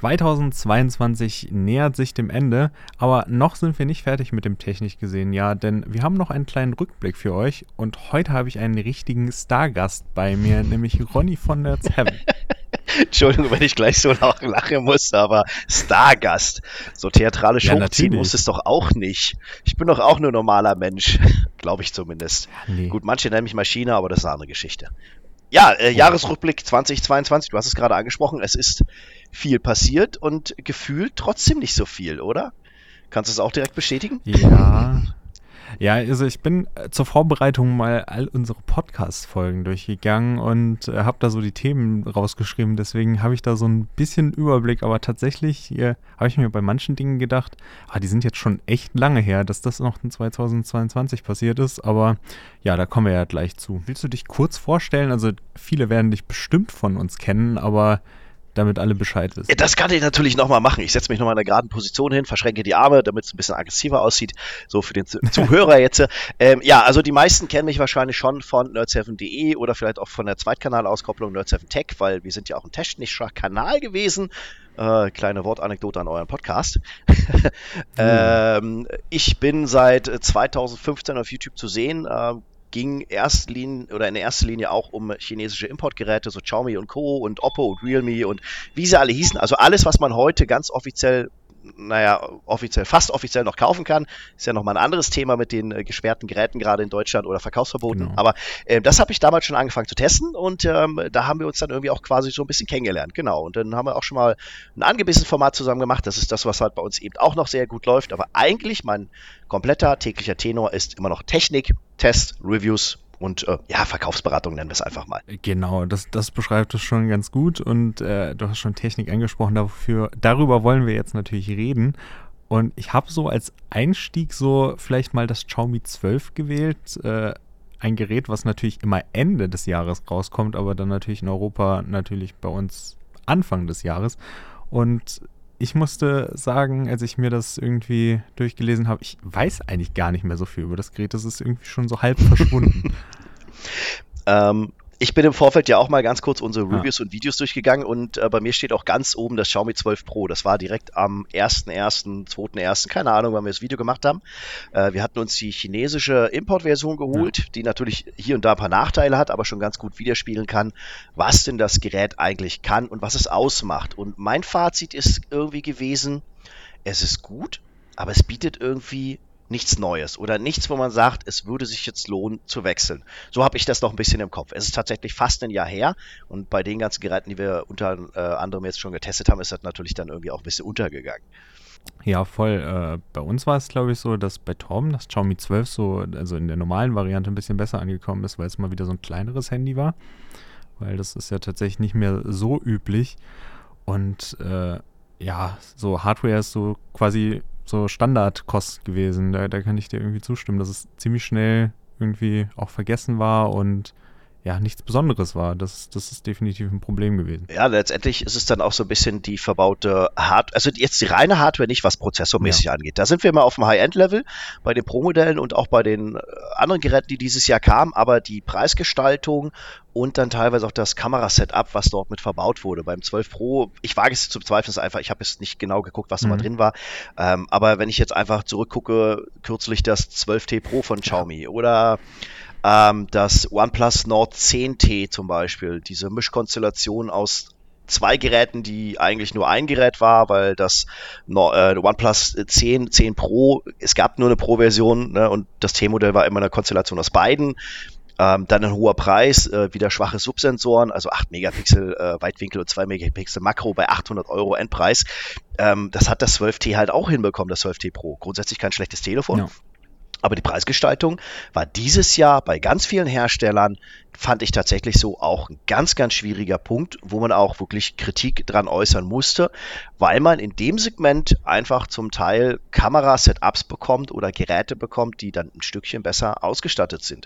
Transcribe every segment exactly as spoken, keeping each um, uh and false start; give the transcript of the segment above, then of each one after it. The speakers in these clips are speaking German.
zweitausendzweiundzwanzig nähert sich dem Ende, aber noch sind wir nicht fertig mit dem technisch gesehen Jahr, denn wir haben noch einen kleinen Rückblick für euch und heute habe ich einen richtigen Stargast bei mir, nämlich Ronny von Nerds Heaven. Entschuldigung, wenn ich gleich so lachen, lachen muss, aber Stargast, so theatralisch Ja, hochziehen natürlich. muss es doch auch nicht. Ich bin doch auch nur normaler Mensch, glaube ich zumindest. Ja, nee. Gut, manche nennen mich Maschine, aber das ist eine andere Geschichte. Ja, äh, Jahresrückblick zweitausendzweiundzwanzig, du hast es gerade angesprochen, es ist viel passiert und gefühlt trotzdem nicht so viel, oder? Kannst du es auch direkt bestätigen? Ja, ja, also ich bin äh, zur Vorbereitung mal all unsere Podcast-Folgen durchgegangen und äh, habe da so die Themen rausgeschrieben. Deswegen habe ich da so ein bisschen Überblick. Aber tatsächlich äh, habe ich mir bei manchen Dingen gedacht, ah, die sind jetzt schon echt lange her, dass das noch in zweitausendzweiundzwanzig passiert ist. Aber ja, da kommen wir ja gleich zu. Willst du dich kurz vorstellen? Also viele werden dich bestimmt von uns kennen, aber damit alle Bescheid wissen. Ja, das kann ich natürlich nochmal machen. Ich setze mich nochmal in einer geraden Position hin, verschränke die Arme, damit es ein bisschen aggressiver aussieht, so für den Z- Zuhörer jetzt. Ähm, ja, also die meisten kennen mich wahrscheinlich schon von nerdseven punkt de oder vielleicht auch von der Zweitkanalauskopplung Nerdseven Tech, weil wir sind ja auch ein technischer Kanal gewesen. Äh, kleine Wortanekdote an euren Podcast. ähm, ich bin seit zweitausendfünfzehn auf YouTube zu sehen. Äh, ging erst Linie, oder in erster Linie auch um chinesische Importgeräte, so Xiaomi und Co. und Oppo und Realme und wie sie alle hießen. Also alles, was man heute ganz offiziell, naja, offiziell, fast offiziell noch kaufen kann. Ist ja nochmal ein anderes Thema mit den äh, gesperrten Geräten gerade in Deutschland oder Verkaufsverboten. Genau. Aber äh, das habe ich damals schon angefangen zu testen und ähm, da haben wir uns dann irgendwie auch quasi so ein bisschen kennengelernt. Genau. Und dann haben wir auch schon mal ein angebissenes Format zusammen gemacht. Das ist das, was halt bei uns eben auch noch sehr gut läuft. Aber eigentlich mein kompletter täglicher Tenor ist immer noch Technik, Test, Reviews und äh, ja, Verkaufsberatung nennen wir es einfach mal. Genau, das, das beschreibt es schon ganz gut und äh, du hast schon Technik angesprochen, dafür, darüber wollen wir jetzt natürlich reden. Und ich habe so als Einstieg so vielleicht mal das Xiaomi zwölf gewählt, äh, ein Gerät, was natürlich immer Ende des Jahres rauskommt, aber dann natürlich in Europa natürlich bei uns Anfang des Jahres. Und ich musste sagen, als ich mir das irgendwie durchgelesen habe, ich weiß eigentlich gar nicht mehr so viel über das Gerät. Das ist irgendwie schon so halb verschwunden. ähm, ich bin im Vorfeld ja auch mal ganz kurz unsere Reviews Ja. und Videos durchgegangen und äh, bei mir steht auch ganz oben das Xiaomi zwölf Pro. Das war direkt am ersten ersten, zweiten ersten, keine Ahnung, wann wir das Video gemacht haben. Äh, wir hatten uns die chinesische Importversion geholt, ja. die natürlich hier und da ein paar Nachteile hat, aber schon ganz gut widerspiegeln kann, was denn das Gerät eigentlich kann und was es ausmacht. Und mein Fazit ist irgendwie gewesen, es ist gut, aber es bietet irgendwie nichts Neues oder nichts, wo man sagt, es würde sich jetzt lohnen zu wechseln. So habe ich das noch ein bisschen im Kopf. Es ist tatsächlich fast ein Jahr her und bei den ganzen Geräten, die wir unter äh, anderem jetzt schon getestet haben, ist das natürlich dann irgendwie auch ein bisschen untergegangen. Ja, voll. Äh, bei uns war es, glaube ich, so, dass bei Torben das Xiaomi zwölf so, also in der normalen Variante ein bisschen besser angekommen ist, weil es mal wieder so ein kleineres Handy war. Weil das ist ja tatsächlich nicht mehr so üblich. Und äh, ja, so Hardware ist so quasi so Standardkost gewesen. Da, da kann ich dir irgendwie zustimmen, dass es ziemlich schnell irgendwie auch vergessen war und ja, nichts Besonderes war. Das, das ist definitiv ein Problem gewesen. Ja, letztendlich ist es dann auch so ein bisschen die verbaute Hardware, also jetzt die reine Hardware nicht, was prozessormäßig ja. angeht. Da sind wir immer auf dem High-End-Level bei den Pro-Modellen und auch bei den anderen Geräten, die dieses Jahr kamen, aber die Preisgestaltung und dann teilweise auch das Kamerasetup, was dort mit verbaut wurde. Beim zwölf Pro, ich wage es zu bezweifeln, ist einfach, ich habe jetzt nicht genau geguckt, was mhm. da mal drin war, ähm, aber wenn ich jetzt einfach zurückgucke, kürzlich das zwölf T Pro von Xiaomi ja. oder Ähm, das OnePlus Nord zehn T zum Beispiel, diese Mischkonstellation aus zwei Geräten, die eigentlich nur ein Gerät war, weil das äh, OnePlus zehn, zehn Pro, es gab nur eine Pro-Version, ne, und das T-Modell war immer eine Konstellation aus beiden. Ähm, dann ein hoher Preis, äh, wieder schwache Subsensoren, also acht Megapixel äh, Weitwinkel und zwei Megapixel Makro bei achthundert Euro Endpreis. Ähm, das hat das zwölf T halt auch hinbekommen, das zwölf T Pro. Grundsätzlich kein schlechtes Telefon. Ja. Aber die Preisgestaltung war dieses Jahr bei ganz vielen Herstellern, fand ich tatsächlich so auch ein ganz, ganz schwieriger Punkt, wo man auch wirklich Kritik dran äußern musste, weil man in dem Segment einfach zum Teil Kamera-Setups bekommt oder Geräte bekommt, die dann ein Stückchen besser ausgestattet sind.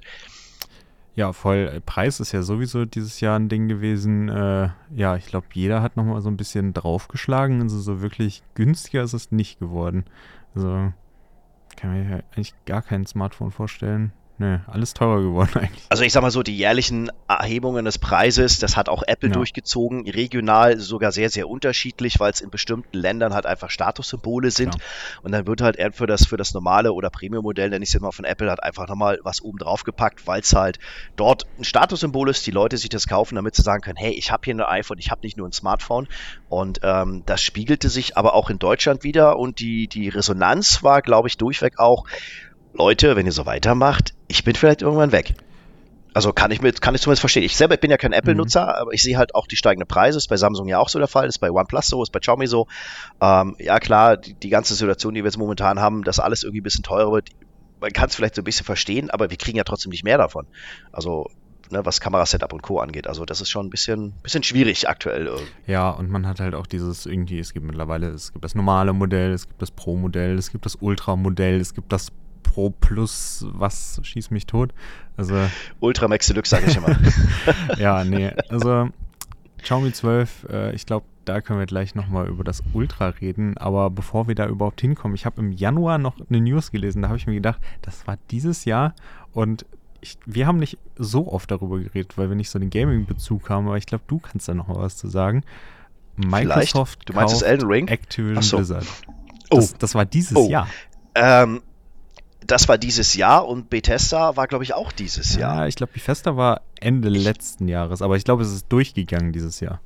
Ja, voll. Preis ist ja sowieso dieses Jahr ein Ding gewesen. Äh, ja, ich glaube, jeder hat nochmal so ein bisschen draufgeschlagen. Also so wirklich günstiger ist es nicht geworden. Also kann mir ja eigentlich gar kein Smartphone vorstellen, nö, alles teurer geworden eigentlich. Also ich sag mal so, die jährlichen Erhebungen des Preises, das hat auch Apple Ja. durchgezogen, regional sogar sehr, sehr unterschiedlich, weil es in bestimmten Ländern halt einfach Statussymbole sind. Klar. Und dann wird halt für das, für das normale oder Premium-Modell, nenne ich es jetzt mal von Apple, halt einfach nochmal was oben drauf gepackt, weil es halt dort ein Statussymbol ist, die Leute sich das kaufen, damit sie sagen können, hey, ich habe hier ein iPhone, ich habe nicht nur ein Smartphone. Und ähm, das spiegelte sich aber auch in Deutschland wieder und die, die Resonanz war, glaube ich, durchweg auch, Leute, wenn ihr so weitermacht, ich bin vielleicht irgendwann weg. Also kann ich mit, kann ich zumindest verstehen. Ich selber bin ja kein Apple-Nutzer, mhm. aber ich sehe halt auch die steigenden Preise. Ist bei Samsung ja auch so der Fall, ist bei OnePlus so, ist bei Xiaomi so. Ähm, ja klar, die, die ganze Situation, die wir jetzt momentan haben, dass alles irgendwie ein bisschen teurer wird, man kann es vielleicht so ein bisschen verstehen, aber wir kriegen ja trotzdem nicht mehr davon. Also ne, was Kamerasetup und Co. angeht. Also das ist schon ein bisschen, bisschen schwierig aktuell irgendwie. Ja, und man hat halt auch dieses irgendwie, es gibt mittlerweile, es gibt das normale Modell, es gibt das Pro-Modell, es gibt das Ultra-Modell, es gibt das Pro Plus, was schießt mich tot. Also Ultra Max Deluxe, sage ich immer. Ja, nee, also Xiaomi zwölf, äh, ich glaube, da können wir gleich nochmal über das Ultra reden, aber bevor wir da überhaupt hinkommen, ich habe im Januar noch eine News gelesen, da habe ich mir gedacht, das war dieses Jahr und ich, wir haben nicht so oft darüber geredet, weil wir nicht so den Gaming-Bezug haben, aber ich glaube, du kannst da noch mal was zu sagen. Microsoft Vielleicht? Du meinst das Elden Ring? Activision so. Blizzard. Oh. Das, das war dieses oh. Jahr. Ähm, das war dieses Jahr und Bethesda war, glaube ich, auch dieses ja, Jahr. Ja, ich glaube, Bethesda war Ende ich, letzten Jahres, aber ich glaube, es ist durchgegangen dieses Jahr.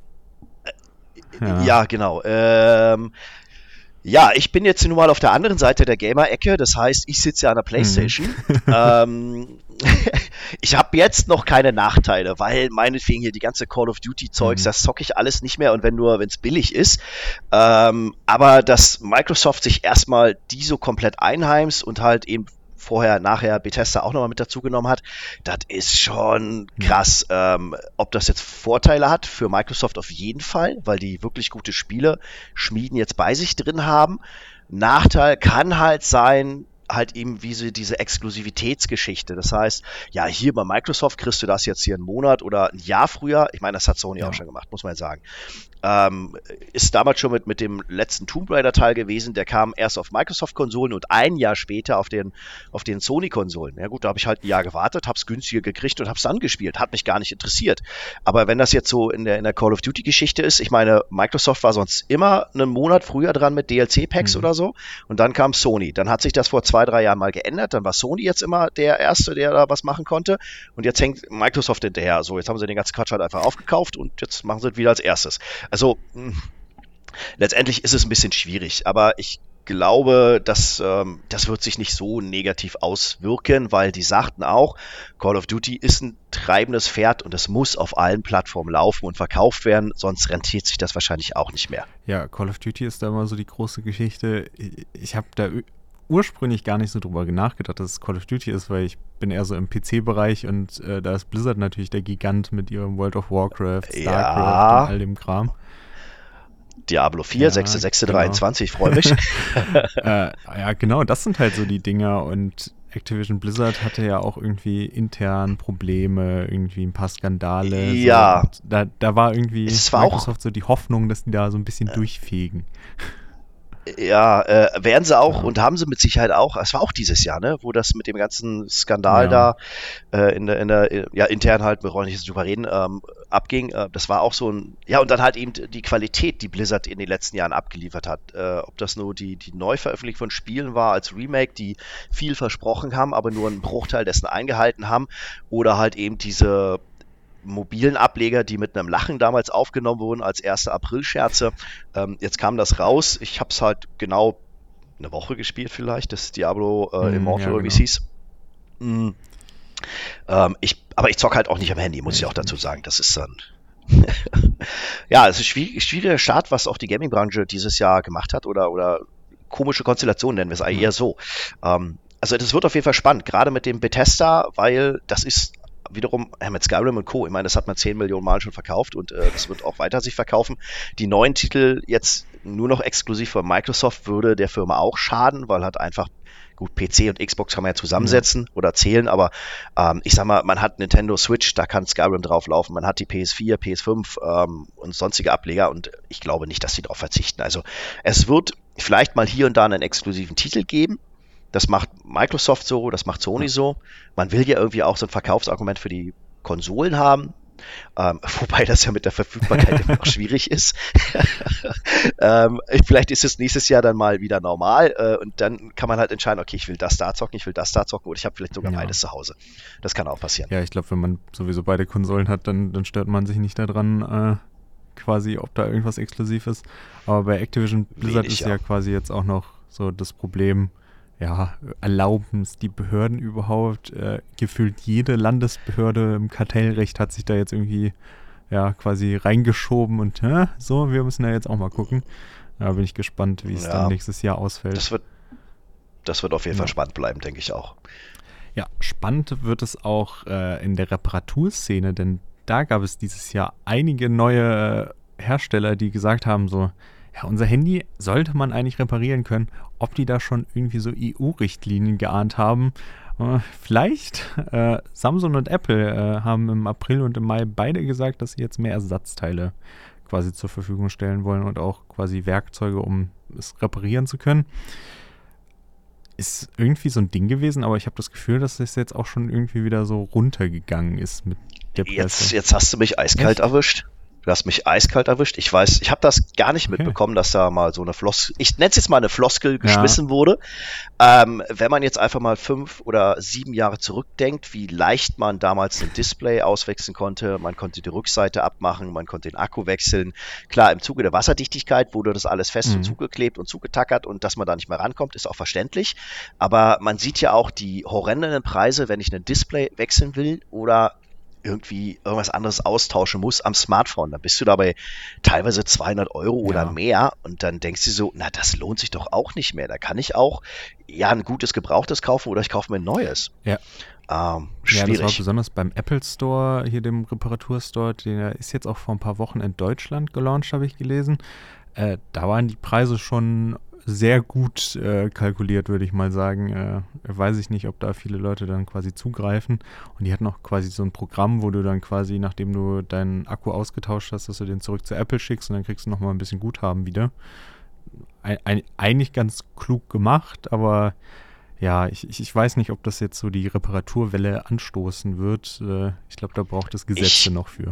Ja, ja genau. Ähm, ja, ich bin jetzt nun mal auf der anderen Seite der Gamer-Ecke, das heißt, ich sitze ja an der PlayStation. Mhm. ähm, ich habe jetzt noch keine Nachteile, weil meinetwegen hier die ganze Call of Duty-Zeugs, mhm. das zocke ich alles nicht mehr und wenn nur, wenn es billig ist. Ähm, aber dass Microsoft sich erstmal die so komplett einheimst und halt eben vorher, nachher Bethesda auch nochmal mit dazu genommen hat, das ist schon krass. Ja. Ähm, ob das jetzt Vorteile hat für Microsoft auf jeden Fall, weil die wirklich gute Spiele schmieden jetzt bei sich drin haben. Nachteil kann halt sein, halt eben wie sie diese Exklusivitätsgeschichte. Das heißt, ja, hier bei Microsoft kriegst du das jetzt hier einen Monat oder ein Jahr früher. Ich meine, das hat Sony ja auch schon gemacht, muss man sagen. Ähm, ist damals schon mit, mit dem letzten Tomb Raider Teil gewesen, der kam erst auf Microsoft-Konsolen und ein Jahr später auf den, auf den Sony-Konsolen. Ja gut, da habe ich halt ein Jahr gewartet, hab's günstiger gekriegt und hab's dann gespielt. Hat mich gar nicht interessiert. Aber wenn das jetzt so in der, in der Call of Duty-Geschichte ist, ich meine, Microsoft war sonst immer einen Monat früher dran mit D L C-Packs mhm. oder so und dann kam Sony. Dann hat sich das vor zwei, drei Jahren mal geändert. Dann war Sony jetzt immer der Erste, der da was machen konnte und jetzt hängt Microsoft hinterher. So, jetzt haben sie den ganzen Quatsch halt einfach aufgekauft und jetzt machen sie es wieder als erstes. Also mh, letztendlich ist es ein bisschen schwierig, aber ich glaube, dass ähm, das wird sich nicht so negativ auswirken, weil die sagten auch, Call of Duty ist ein treibendes Pferd und es muss auf allen Plattformen laufen und verkauft werden, sonst rentiert sich das wahrscheinlich auch nicht mehr. Ja, Call of Duty ist da immer so die große Geschichte. Ich habe da ursprünglich gar nicht so drüber nachgedacht, dass es Call of Duty ist, weil ich bin eher so im P C-Bereich und äh, da ist Blizzard natürlich der Gigant mit ihrem World of Warcraft, StarCraft ja. und all dem Kram. Diablo vier, ja, sechs sechs dreiundzwanzig, genau. freue mich. äh, ja, genau, das sind halt so die Dinger und Activision Blizzard hatte ja auch irgendwie intern Probleme, irgendwie ein paar Skandale. Ja. So. Da, da war irgendwie war Microsoft so die Hoffnung, dass die da so ein bisschen äh, durchfegen. Ja, äh, werden sie auch ja. und haben sie mit Sicherheit auch. Es war auch dieses Jahr, ne, wo das mit dem ganzen Skandal ja. da äh, in der, in der, ja, intern halt, wir wollen nicht drüber reden, ähm, abging. Äh, das war auch so ein, ja, und dann halt eben die Qualität, die Blizzard in den letzten Jahren abgeliefert hat. Äh, ob das nur die, die Neuveröffentlichung von Spielen war als Remake, die viel versprochen haben, aber nur einen Bruchteil dessen eingehalten haben, oder halt eben diese mobilen Ableger, die mit einem Lachen damals aufgenommen wurden als erste April-Scherze. Ähm, jetzt kam das raus. Ich habe es halt genau eine Woche gespielt vielleicht, das Diablo äh, Immortal, mm, ja, oder wie es hieß. Mm. Ähm, ich, aber ich zocke halt auch nicht am Handy, muss nee, ich auch dazu sagen. Das ist dann ja, es ist schwierig, schwieriger Start, was auch die Gaming-Branche dieses Jahr gemacht hat oder, oder komische Konstellationen, nennen wir es eigentlich mm. eher so. Ähm, also das wird auf jeden Fall spannend, gerade mit dem Bethesda, weil das ist wiederum ja, mit Skyrim und Co. Ich meine, das hat man zehn Millionen Mal schon verkauft und äh, das wird auch weiter sich verkaufen. Die neuen Titel jetzt nur noch exklusiv von Microsoft würde der Firma auch schaden, weil halt einfach, gut, P C und Xbox kann man ja zusammensetzen mhm. oder zählen, aber ähm, ich sag mal, man hat Nintendo Switch, da kann Skyrim drauf laufen, man hat die P S vier, P S fünf ähm, und sonstige Ableger und ich glaube nicht, dass sie darauf verzichten. Also es wird vielleicht mal hier und da einen exklusiven Titel geben, Das macht Microsoft so, das macht Sony so. Man will ja irgendwie auch so ein Verkaufsargument für die Konsolen haben. Ähm, wobei das ja mit der Verfügbarkeit immer noch schwierig ist. ähm, vielleicht ist es nächstes Jahr dann mal wieder normal äh, und dann kann man halt entscheiden, okay, ich will das da zocken, ich will das da zocken oder ich habe vielleicht sogar Ja. beides zu Hause. Das kann auch passieren. Ja, ich glaube, wenn man sowieso beide Konsolen hat, dann, dann stört man sich nicht daran, äh, quasi, ob da irgendwas exklusiv ist. Aber bei Activision Blizzard Wenig, ist ja. ja. quasi jetzt auch noch so das Problem, ja, erlauben es die Behörden überhaupt? Äh, gefühlt jede Landesbehörde im Kartellrecht hat sich da jetzt irgendwie ja quasi reingeschoben und hä, so, wir müssen da jetzt auch mal gucken. Da bin ich gespannt, wie es Ja. dann nächstes Jahr ausfällt. Das wird, das wird auf jeden Ja. Fall spannend bleiben, denke ich auch. Ja, spannend wird es auch äh, in der Reparaturszene, denn da gab es dieses Jahr einige neue äh, Hersteller, die gesagt haben so, ja, unser Handy sollte man eigentlich reparieren können. Ob die da schon irgendwie so E U-Richtlinien geahnt haben, äh, vielleicht. Äh, Samsung und Apple äh, haben im April und im Mai beide gesagt, dass sie jetzt mehr Ersatzteile quasi zur Verfügung stellen wollen und auch quasi Werkzeuge, um es reparieren zu können. Ist irgendwie so ein Ding gewesen, aber ich habe das Gefühl, dass es jetzt auch schon irgendwie wieder so runtergegangen ist mit der Presse. Jetzt, jetzt hast du mich eiskalt Echt? erwischt. Du hast mich eiskalt erwischt. Ich weiß, ich habe das gar nicht Okay. mitbekommen, dass da mal so eine Floskel, ich nenne es jetzt mal eine Floskel, Ja. geschmissen wurde. Ähm, wenn man jetzt einfach mal fünf oder sieben Jahre zurückdenkt, wie leicht man damals ein Display auswechseln konnte, man konnte die Rückseite abmachen, man konnte den Akku wechseln. Klar, im Zuge der Wasserdichtigkeit wurde das alles fest Mhm. und zugeklebt und zugetackert und dass man da nicht mehr rankommt, ist auch verständlich. Aber man sieht ja auch die horrenden Preise, wenn ich ein Display wechseln will oder irgendwie irgendwas anderes austauschen muss am Smartphone. Dann bist du dabei teilweise zweihundert Euro oder Ja. mehr und dann denkst du so, na, das lohnt sich doch auch nicht mehr. Da kann ich auch ja ein gutes Gebrauchtes kaufen oder ich kaufe mir ein neues. Ja. Ähm, Ja, schwierig. das war besonders beim Apple Store, hier dem Reparaturstore, der ist jetzt auch vor ein paar Wochen in Deutschland gelauncht, habe ich gelesen. Äh, da waren die Preise schon sehr gut äh, kalkuliert, würde ich mal sagen. Äh, weiß ich nicht, ob da viele Leute dann quasi zugreifen. Und die hatten auch quasi so ein Programm, wo du dann quasi, nachdem du deinen Akku ausgetauscht hast, dass du den zurück zu Apple schickst und dann kriegst du nochmal ein bisschen Guthaben wieder. Ein, ein, eigentlich ganz klug gemacht, aber ja, ich, ich, ich weiß nicht, ob das jetzt so die Reparaturwelle anstoßen wird. Äh, ich glaube, da braucht es Gesetze Ich- noch für.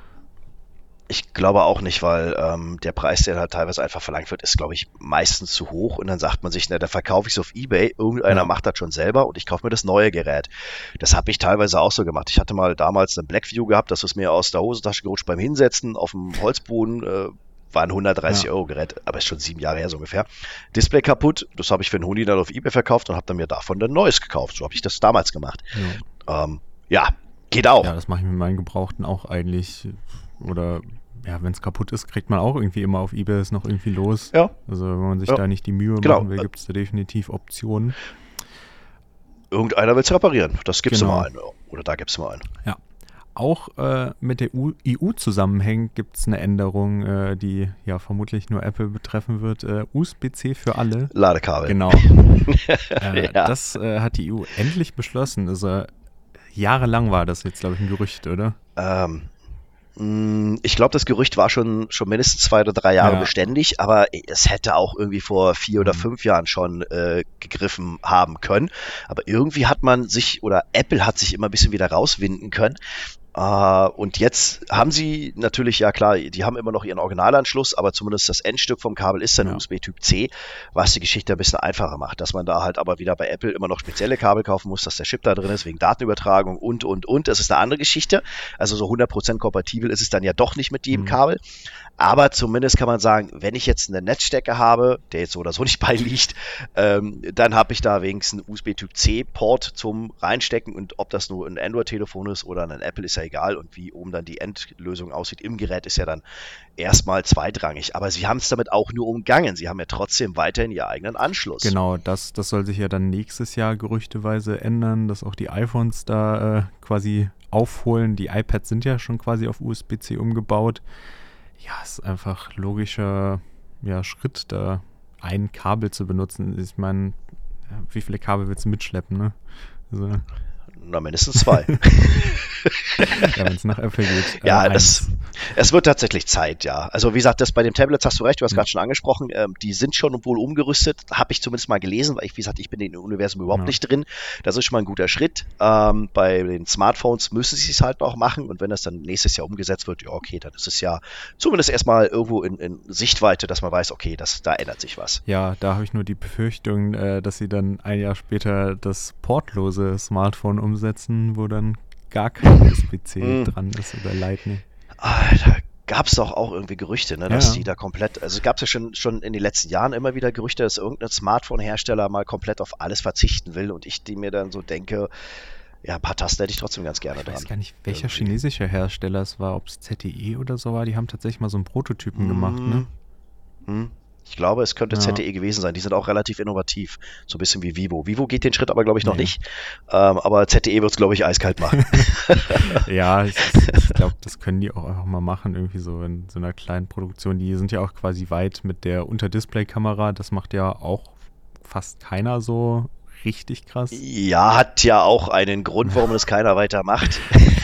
Ich glaube auch nicht, weil ähm, der Preis, der halt teilweise einfach verlangt wird, ist, glaube ich, meistens zu hoch. Und dann sagt man sich, na, da verkaufe ich es auf Ebay. Irgendeiner Ja. macht das schon selber und ich kaufe mir das neue Gerät. Das habe ich teilweise auch so gemacht. Ich hatte mal damals eine Blackview gehabt, das ist mir aus der Hosentasche gerutscht beim Hinsetzen auf dem Holzboden. Äh, war ein hundertdreißig Ja. Euro Gerät, aber ist schon sieben Jahre her so ungefähr. Display kaputt, das habe ich für einen Huni dann auf Ebay verkauft und habe dann mir davon ein neues gekauft. So habe ich das damals gemacht. Ja. Ähm, ja, geht auch. Ja, das mache ich mit meinen Gebrauchten auch eigentlich. Oder ja, wenn es kaputt ist, kriegt man auch irgendwie immer auf eBay es noch irgendwie los. Ja. Also wenn man sich Ja. da nicht die Mühe Genau. machen will, gibt es da definitiv Optionen. Irgendeiner will es reparieren. Das gibt's Genau. immer einen. Oder da gibt's immer einen. Ja. Auch äh, mit der U- E U zusammenhängend gibt es eine Änderung, äh, die ja vermutlich nur Apple betreffen wird. Äh, U S B C für alle. Ladekabel. Genau. äh, Ja. Das äh, hat die E U endlich beschlossen. Also jahrelang war das jetzt, glaube ich, ein Gerücht, oder? Ähm, mh, ich glaube, das Gerücht war schon, schon mindestens zwei oder drei Jahre Ja. beständig, aber es hätte auch irgendwie vor vier oder Mhm. fünf Jahren schon äh, gegriffen haben können. Aber irgendwie hat man sich, oder Apple hat sich immer ein bisschen wieder rauswinden können. Uh, und jetzt haben sie natürlich, ja klar, die haben immer noch ihren Originalanschluss, aber zumindest das Endstück vom Kabel ist dann Ja. U S B-Typ C, was die Geschichte ein bisschen einfacher macht. Dass man da halt aber wieder bei Apple immer noch spezielle Kabel kaufen muss, dass der Chip da drin ist, wegen Datenübertragung und, und, und. Das ist eine andere Geschichte. Also so hundert Prozent kompatibel ist es dann ja doch nicht mit jedem Mhm. Kabel. Aber zumindest kann man sagen, wenn ich jetzt einen Netzstecker habe, der jetzt so oder so nicht beiliegt, ähm, dann habe ich da wenigstens einen U S B-Typ C-Port zum Reinstecken und ob das nur ein Android-Telefon ist oder ein Apple, ist ja egal und wie oben dann die Endlösung aussieht im Gerät, ist ja dann erstmal zweitrangig. Aber sie haben es damit auch nur umgangen. Sie haben ja trotzdem weiterhin ihren eigenen Anschluss. Genau, das, das soll sich ja dann nächstes Jahr gerüchteweise ändern, dass auch die iPhones da äh, quasi aufholen. Die iPads sind ja schon quasi auf U S B C umgebaut. Ja, ist einfach logischer ja, Schritt, da ein Kabel zu benutzen. Ich meine, wie viele Kabel willst du mitschleppen, ne? Also, Na, mindestens zwei. Ja, wenn es nach Apple geht. Ja, äh, das, es wird tatsächlich Zeit, ja. Also wie gesagt, das bei den Tablets hast du recht, du hast Ja. gerade schon angesprochen, ähm, die sind schon wohl umgerüstet, habe ich zumindest mal gelesen, weil ich, wie gesagt, ich bin in dem Universum überhaupt Ja. nicht drin. Das ist schon mal ein guter Schritt. Ähm, bei den Smartphones müssen sie es halt noch machen und wenn das dann nächstes Jahr umgesetzt wird, ja okay, dann ist es ja zumindest erstmal irgendwo in, in Sichtweite, dass man weiß, okay, das, da ändert sich was. Ja, da habe ich nur die Befürchtung, äh, dass sie dann ein Jahr später das portlose Smartphone umsetzen, wo dann gar kein U S B C Mm. dran ist oder Lightning. Ah, da gab es doch auch irgendwie Gerüchte, ne, dass Ja. die da komplett, also gab es ja schon, schon in den letzten Jahren immer wieder Gerüchte, dass irgendein Smartphone-Hersteller mal komplett auf alles verzichten will und ich die mir dann so denke, ja, ein paar Tasten hätte ich trotzdem ganz gerne Ich weiß dran. gar nicht, welcher Irgendwie. chinesische Hersteller es war, ob es Z T E oder so war. Die haben tatsächlich mal so einen Prototypen gemacht, ne? Hm. Ich glaube, es könnte Ja. Z T E gewesen sein. Die sind auch relativ innovativ. So ein bisschen wie Vivo. Vivo geht den Schritt aber, glaube ich, noch Nee. nicht. Ähm, aber Z T E wird es, glaube ich, eiskalt machen. Ja, ich, ich glaube, das können die auch einfach mal machen, irgendwie so in so einer kleinen Produktion. Die sind ja auch quasi weit mit der Unterdisplay-Kamera. Das macht ja auch fast keiner so richtig krass. Ja, hat ja auch einen Grund, warum es keiner weitermacht.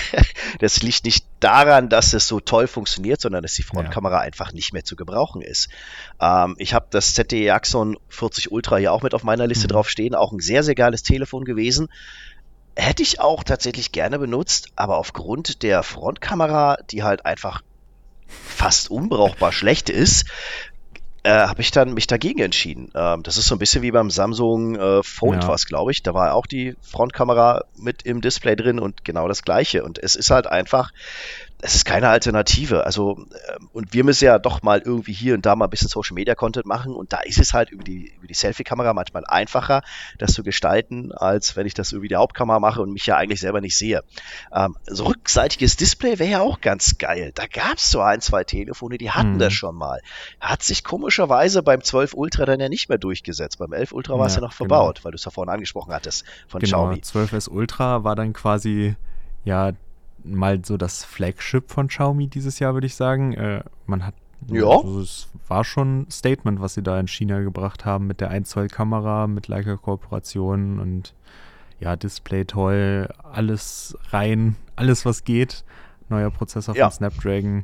Das liegt nicht daran, dass es so toll funktioniert, sondern dass die Frontkamera einfach nicht mehr zu gebrauchen ist. Ähm, ich habe das Z T E Axon vierzig Ultra hier auch mit auf meiner Liste Mhm. drauf stehen. Auch ein sehr, sehr geiles Telefon gewesen. Hätte ich auch tatsächlich gerne benutzt, aber aufgrund der Frontkamera, die halt einfach fast unbrauchbar schlecht ist, äh, habe ich dann mich dagegen entschieden. Ähm, das ist so ein bisschen wie beim Samsung äh, Fold Ja. was, glaube ich. Da war auch die Frontkamera mit im Display drin und genau das Gleiche. Und es ist halt einfach, es ist keine Alternative. Also, ähm, und wir müssen ja doch mal irgendwie hier und da mal ein bisschen Social Media Content machen. Und da ist es halt über die, über die Selfie-Kamera manchmal einfacher, das zu gestalten, als wenn ich das über die Hauptkamera mache und mich ja eigentlich selber nicht sehe. Ähm, so rückseitiges Display wäre ja auch ganz geil. Da gab es so ein, zwei Telefone, die hatten Mhm. das schon mal. Hat sich komischerweise beim zwölf Ultra dann ja nicht mehr durchgesetzt. Beim elf Ultra war es ja Ja, noch genau. verbaut, weil du es ja vorhin angesprochen hattest von Genau, Xiaomi. zwölf S Ultra war dann quasi ja mal so das Flagship von Xiaomi dieses Jahr, würde ich sagen. Äh, man hat, Ja. also es war schon ein Statement, was sie da in China gebracht haben mit der eins Zoll Kamera, mit Leica-Kooperation und ja, Display toll, alles rein, alles was geht. Neuer Prozessor Ja. von Snapdragon.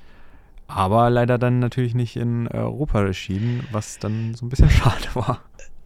Aber leider dann natürlich nicht in Europa erschienen, was dann so ein bisschen schade war.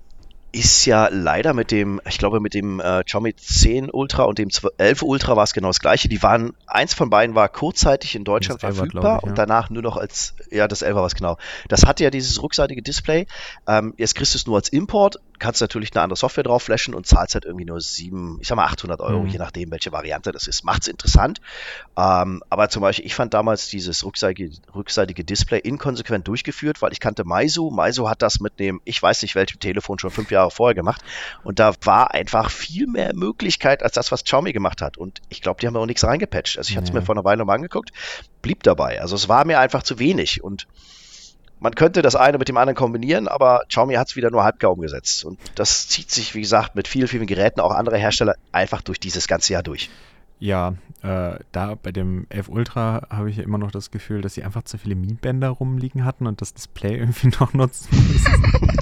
Ist ja leider mit dem, ich glaube mit dem äh, Xiaomi zehn Ultra und dem elf Ultra war es genau das gleiche. Die waren, eins von beiden war kurzzeitig in Deutschland Das elfer, verfügbar glaub ich, ja. und danach nur noch als, ja, das elfer war es genau. Das hatte ja dieses rückseitige Display. Ähm, jetzt kriegst du es nur als Import, kannst natürlich eine andere Software drauf flashen und zahlst halt irgendwie nur sieben, ich sag mal achthundert Euro, Mhm. je nachdem, welche Variante das ist. Macht's interessant. Ähm, aber zum Beispiel, ich fand damals dieses rückseitige, rückseitige Display inkonsequent durchgeführt, weil ich kannte Meizu. Meizu hat das mit dem, ich weiß nicht welchem Telefon schon fünf Jahre vorher gemacht. Und da war einfach viel mehr Möglichkeit als das, was Xiaomi gemacht hat. Und ich glaube, die haben auch nichts reingepatcht. Also ich hatte es Nee. mir vor einer Weile mal angeguckt, blieb dabei. Also es war mir einfach zu wenig. Und man könnte das eine mit dem anderen kombinieren, aber Xiaomi hat es wieder nur halbgar umgesetzt. Und das zieht sich, wie gesagt, mit vielen, vielen Geräten, auch andere Hersteller, einfach durch dieses ganze Jahr durch. Ja, äh, da bei dem elf Ultra habe ich ja immer noch das Gefühl, dass sie einfach zu viele Mi-Bänder rumliegen hatten und das Display irgendwie noch nutzen müssen.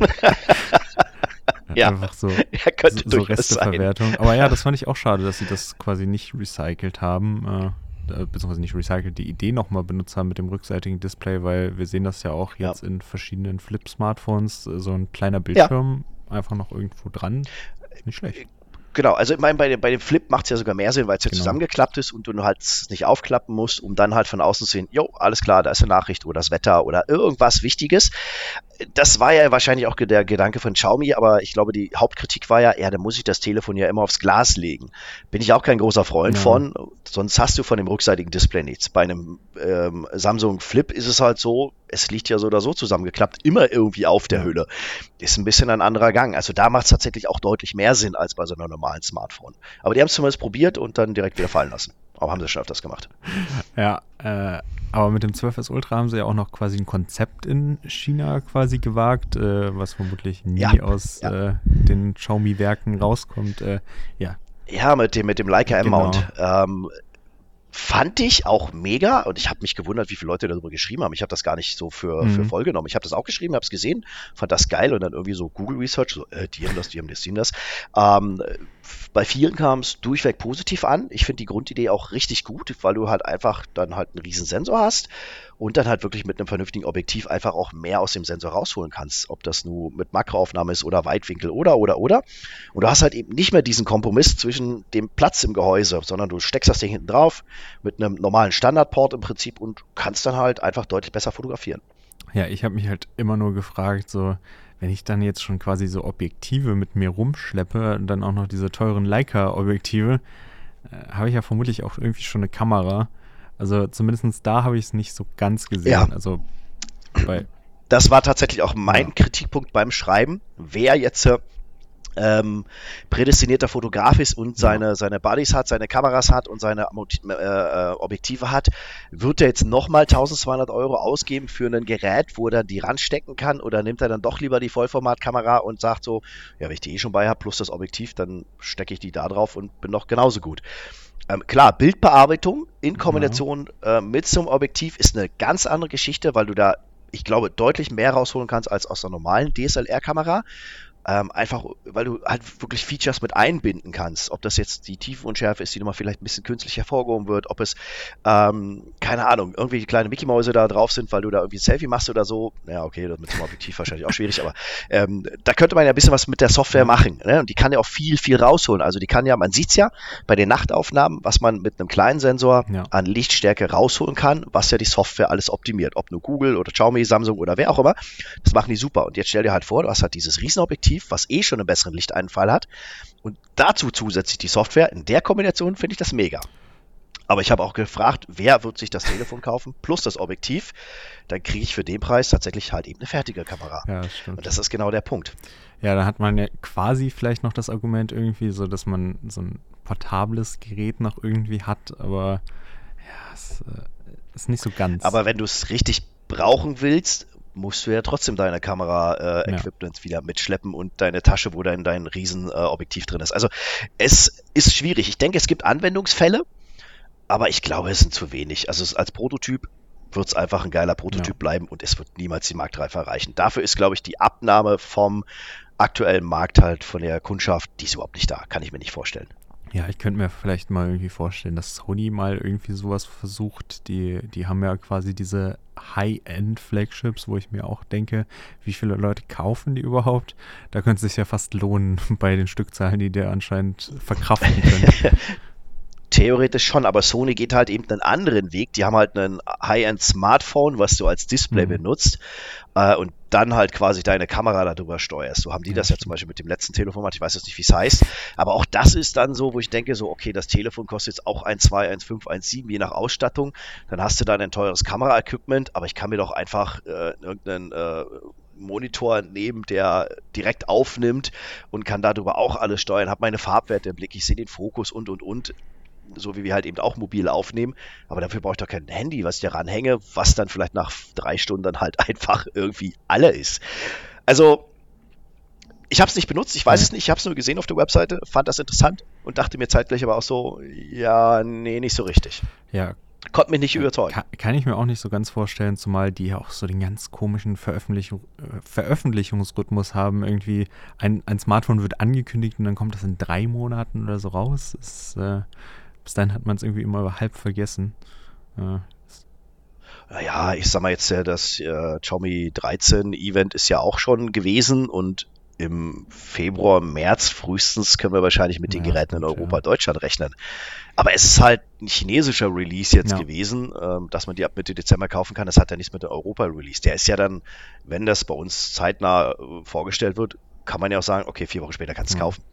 Ja. Einfach so, Ja, könnte so, so durchaus sein. Resteverwertung. Aber ja, das fand ich auch schade, dass sie das quasi nicht recycelt haben, äh, beziehungsweise nicht recycelt, die Idee nochmal benutzt haben mit dem rückseitigen Display, weil wir sehen das ja auch Ja. jetzt in verschiedenen Flip-Smartphones, äh, so ein kleiner Bildschirm einfach noch irgendwo dran. Ist nicht schlecht. Genau, also ich meine, bei dem, bei dem Flip macht es ja sogar mehr Sinn, weil es ja Genau. zusammengeklappt ist und du nur halt es nicht aufklappen musst, um dann halt von außen zu sehen, jo, alles klar, da ist eine Nachricht oder das Wetter oder irgendwas Wichtiges. Das war ja wahrscheinlich auch der Gedanke von Xiaomi, aber ich glaube, die Hauptkritik war ja, ja, da muss ich das Telefon ja immer aufs Glas legen. Bin ich auch kein großer Freund Ja. von, sonst hast du von dem rückseitigen Display nichts. Bei einem ähm, Samsung Flip ist es halt so, es liegt ja so oder so zusammengeklappt, immer irgendwie auf der Ja. Hülle. Ist ein bisschen ein anderer Gang. Also da macht es tatsächlich auch deutlich mehr Sinn als bei so einem normalen Smartphone. Aber die haben es zumindest probiert und dann direkt wieder fallen lassen. Aber haben sie schon öfters gemacht. Ja, äh, aber mit dem zwölf S Ultra haben sie ja auch noch quasi ein Konzept in China quasi gewagt, äh, was vermutlich nie Ja, aus ja. Äh, den Xiaomi-Werken rauskommt. Äh, ja, Ja, mit dem, mit dem Leica Genau. M-Mount. Ähm, fand ich auch mega und ich habe mich gewundert, wie viele Leute darüber geschrieben haben. Ich habe das gar nicht so für, Mhm. für voll genommen. Ich habe das auch geschrieben, habe es gesehen, fand das geil und dann irgendwie so Google Research, so, äh, die haben das, die haben das, die haben das. Ähm, bei vielen kam es durchweg positiv an. Ich finde die Grundidee auch richtig gut, weil du halt einfach dann halt einen riesen Sensor hast und dann halt wirklich mit einem vernünftigen Objektiv einfach auch mehr aus dem Sensor rausholen kannst. Ob das nur mit Makroaufnahme ist oder Weitwinkel oder, oder, oder. Und du hast halt eben nicht mehr diesen Kompromiss zwischen dem Platz im Gehäuse, sondern du steckst das Ding hinten drauf mit einem normalen Standardport im Prinzip und kannst dann halt einfach deutlich besser fotografieren. Ja, ich habe mich halt immer nur gefragt, so, wenn ich dann jetzt schon quasi so Objektive mit mir rumschleppe und dann auch noch diese teuren Leica-Objektive, äh, habe ich ja vermutlich auch irgendwie schon eine Kamera. Also zumindest da habe ich es nicht so ganz gesehen. Ja. Also bei Das war tatsächlich auch mein Ja. Kritikpunkt beim Schreiben. Wer jetzt ähm, prädestinierter Fotograf ist und seine, Ja. seine Buddies hat, seine Kameras hat und seine äh, äh, Objektive hat, wird er jetzt nochmal eintausendzweihundert Euro ausgeben für ein Gerät, wo er dann die ranstecken kann, oder nimmt er dann doch lieber die Vollformatkamera und sagt so, ja, wenn ich die eh schon bei habe, plus das Objektiv, dann stecke ich die da drauf und bin noch genauso gut. Ähm, klar, Bildbearbeitung in Kombination äh, mit so einem Objektiv ist eine ganz andere Geschichte, weil du da, ich glaube, deutlich mehr rausholen kannst als aus der normalen D S L R-Kamera. Ähm, einfach, weil du halt wirklich Features mit einbinden kannst. Ob das jetzt die Tiefenunschärfe ist, die nochmal vielleicht ein bisschen künstlich hervorgehoben wird, ob es, ähm, keine Ahnung, irgendwie kleine Mickey-Mäuse da drauf sind, weil du da irgendwie ein Selfie machst oder so. Ja, okay, das mit so einem Objektiv wahrscheinlich auch schwierig, aber ähm, da könnte man ja ein bisschen was mit der Software machen. Ne? Und die kann ja auch viel, viel rausholen. Also die kann ja, man sieht's ja bei den Nachtaufnahmen, was man mit einem kleinen Sensor Ja. an Lichtstärke rausholen kann, was ja die Software alles optimiert. Ob nur Google oder Xiaomi, Samsung oder wer auch immer. Das machen die super. Und jetzt stell dir halt vor, du hast halt dieses Riesenobjektiv, was eh schon einen besseren Lichteinfall hat. Und dazu zusätzlich die Software. In der Kombination finde ich das mega. Aber ich habe auch gefragt, wer wird sich das Telefon kaufen plus das Objektiv? Dann kriege ich für den Preis tatsächlich halt eben eine fertige Kamera. Ja, das stimmt. Und das ist genau der Punkt. Ja, da hat man ja quasi vielleicht noch das Argument irgendwie so, dass man so ein portables Gerät noch irgendwie hat, aber ja, es äh, ist nicht so ganz. Aber wenn du es richtig brauchen willst, musst du ja trotzdem deine Kamera-Equipment äh, ja. wieder mitschleppen und deine Tasche, wo dein, dein Riesen-Objektiv äh, drin ist. Also es ist schwierig. Ich denke, es gibt Anwendungsfälle, aber ich glaube, es sind zu wenig. Also es, als Prototyp wird es einfach ein geiler Prototyp Ja. bleiben und es wird niemals die Marktreife erreichen. Dafür ist, glaube ich, die Abnahme vom aktuellen Markt halt von der Kundschaft, die ist überhaupt nicht da. Kann ich mir nicht vorstellen. Ja, ich könnte mir vielleicht mal irgendwie vorstellen, dass Sony mal irgendwie sowas versucht. Die, die haben ja quasi diese High-End-Flagships, wo ich mir auch denke, wie viele Leute kaufen die überhaupt? Da könnte es sich ja fast lohnen bei den Stückzahlen, die der anscheinend verkraften können. Theoretisch schon, aber Sony geht halt eben einen anderen Weg. Die haben halt ein High-End-Smartphone, was du als Display Mhm. benutzt äh, und dann halt quasi deine Kamera darüber steuerst. So haben die Ja, das ja stimmt. zum Beispiel mit dem letzten Telefon, ich weiß jetzt nicht, wie es heißt, aber auch das ist dann so, wo ich denke, so, okay, das Telefon kostet jetzt auch eins Komma zwei, eins Komma fünf, eins Komma sieben, je nach Ausstattung. Dann hast du dann ein teures Kamera-Equipment, aber ich kann mir doch einfach äh, irgendeinen äh, Monitor nehmen, der direkt aufnimmt und kann darüber auch alles steuern, habe meine Farbwerte im Blick, ich sehe den Fokus und, und, und. So wie wir halt eben auch mobil aufnehmen, aber dafür brauche ich doch kein Handy, was ich da ranhänge, was dann vielleicht nach drei Stunden dann halt einfach irgendwie alle ist. Also, ich habe es nicht benutzt, ich weiß Ja. es nicht, ich habe es nur gesehen auf der Webseite, fand das interessant und dachte mir zeitgleich aber auch so, ja, nee, nicht so richtig. Ja, Konnte mich nicht überzeugen. kann, kann ich mir auch nicht so ganz vorstellen, zumal die ja auch so den ganz komischen Veröffentlichung, äh, Veröffentlichungsrhythmus haben. Irgendwie ein, ein Smartphone wird angekündigt und dann kommt das in drei Monaten oder so raus. Ist, äh, bis dahin hat man es irgendwie immer halb vergessen. Äh, Naja, ich sag mal jetzt, ja, das äh, Xiaomi dreizehn Event ist ja auch schon gewesen und im Februar, März frühestens können wir wahrscheinlich mit den Ja, Geräten in stimmt, Europa, ja. Deutschland rechnen. Aber es ist halt ein chinesischer Release jetzt Ja. gewesen, ähm, dass man die ab Mitte Dezember kaufen kann. Das hat ja nichts mit dem Europa-Release. Der ist ja dann, wenn das bei uns zeitnah äh, vorgestellt wird, kann man ja auch sagen, okay, vier Wochen später kannst du es Ja. kaufen.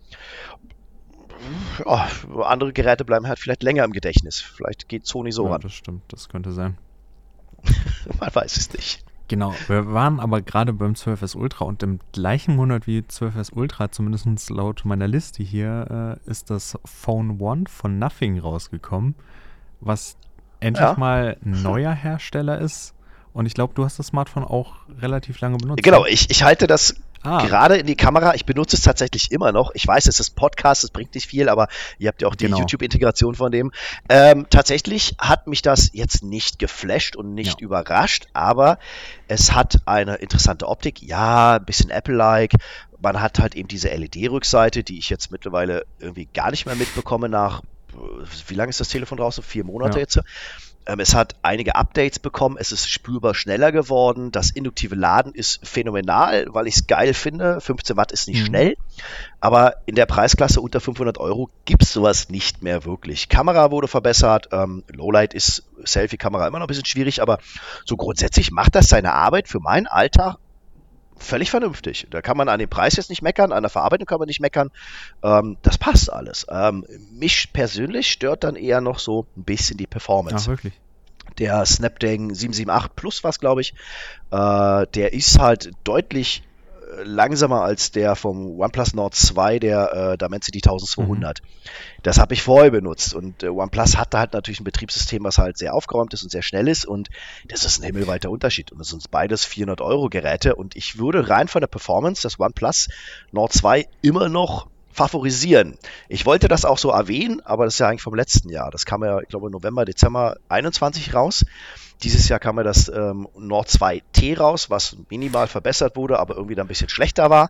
Ja, andere Geräte bleiben halt vielleicht länger im Gedächtnis. Vielleicht geht Sony so ja, ran. das stimmt, das könnte sein. Man weiß es nicht. Genau, wir waren aber gerade beim zwölf S Ultra und im gleichen Monat wie zwölf S Ultra, zumindest laut meiner Liste hier, äh, ist das Phone One von Nothing rausgekommen, was endlich Ja. mal ein neuer Hersteller ist. Und ich glaube, du hast das Smartphone auch relativ lange benutzt. Genau, ne? ich, ich halte das Ah. Gerade in die Kamera, ich benutze es tatsächlich immer noch. Ich weiß, es ist Podcast, es bringt nicht viel, aber ihr habt ja auch die genau. YouTube-Integration von dem. Ähm, tatsächlich hat mich das jetzt nicht geflasht und nicht ja. überrascht, aber es hat eine interessante Optik. Ja, ein bisschen Apple-like. Man hat halt eben diese L E D-Rückseite, die ich jetzt mittlerweile irgendwie gar nicht mehr mitbekomme nach, wie lange ist das Telefon draußen? Vier Monate ja. jetzt. Ähm, es hat einige Updates bekommen, es ist spürbar schneller geworden, das induktive Laden ist phänomenal, weil ich es geil finde, fünfzehn Watt ist nicht mhm. schnell, aber in der Preisklasse unter fünfhundert Euro gibt es sowas nicht mehr wirklich. Kamera wurde verbessert, ähm, Lowlight ist Selfie-Kamera immer noch ein bisschen schwierig, aber so grundsätzlich macht das seine Arbeit für meinen Alltag völlig vernünftig. Da kann man an dem Preis jetzt nicht meckern, an der Verarbeitung kann man nicht meckern. Ähm, das passt alles. Ähm, mich persönlich stört dann eher noch so ein bisschen die Performance. Ach, wirklich? Der Snapdragon sieben sieben acht Plus was, glaube ich, äh, der ist halt deutlich äh, langsamer als der vom OnePlus Nord zwei, der äh, Dimensity zwölfhundert. Mhm. Das habe ich vorher benutzt und äh, OnePlus hat da halt natürlich ein Betriebssystem, was halt sehr aufgeräumt ist und sehr schnell ist und das ist ein himmelweiter Unterschied und das sind beides vierhundert Euro Geräte und ich würde rein von der Performance das OnePlus Nord zwei immer noch favorisieren. Ich wollte das auch so erwähnen, aber das ist ja eigentlich vom letzten Jahr. Das kam ja, ich glaube, November, Dezember einundzwanzig raus. Dieses Jahr kam ja das ähm, Nord zwei T raus, was minimal verbessert wurde, aber irgendwie dann ein bisschen schlechter war.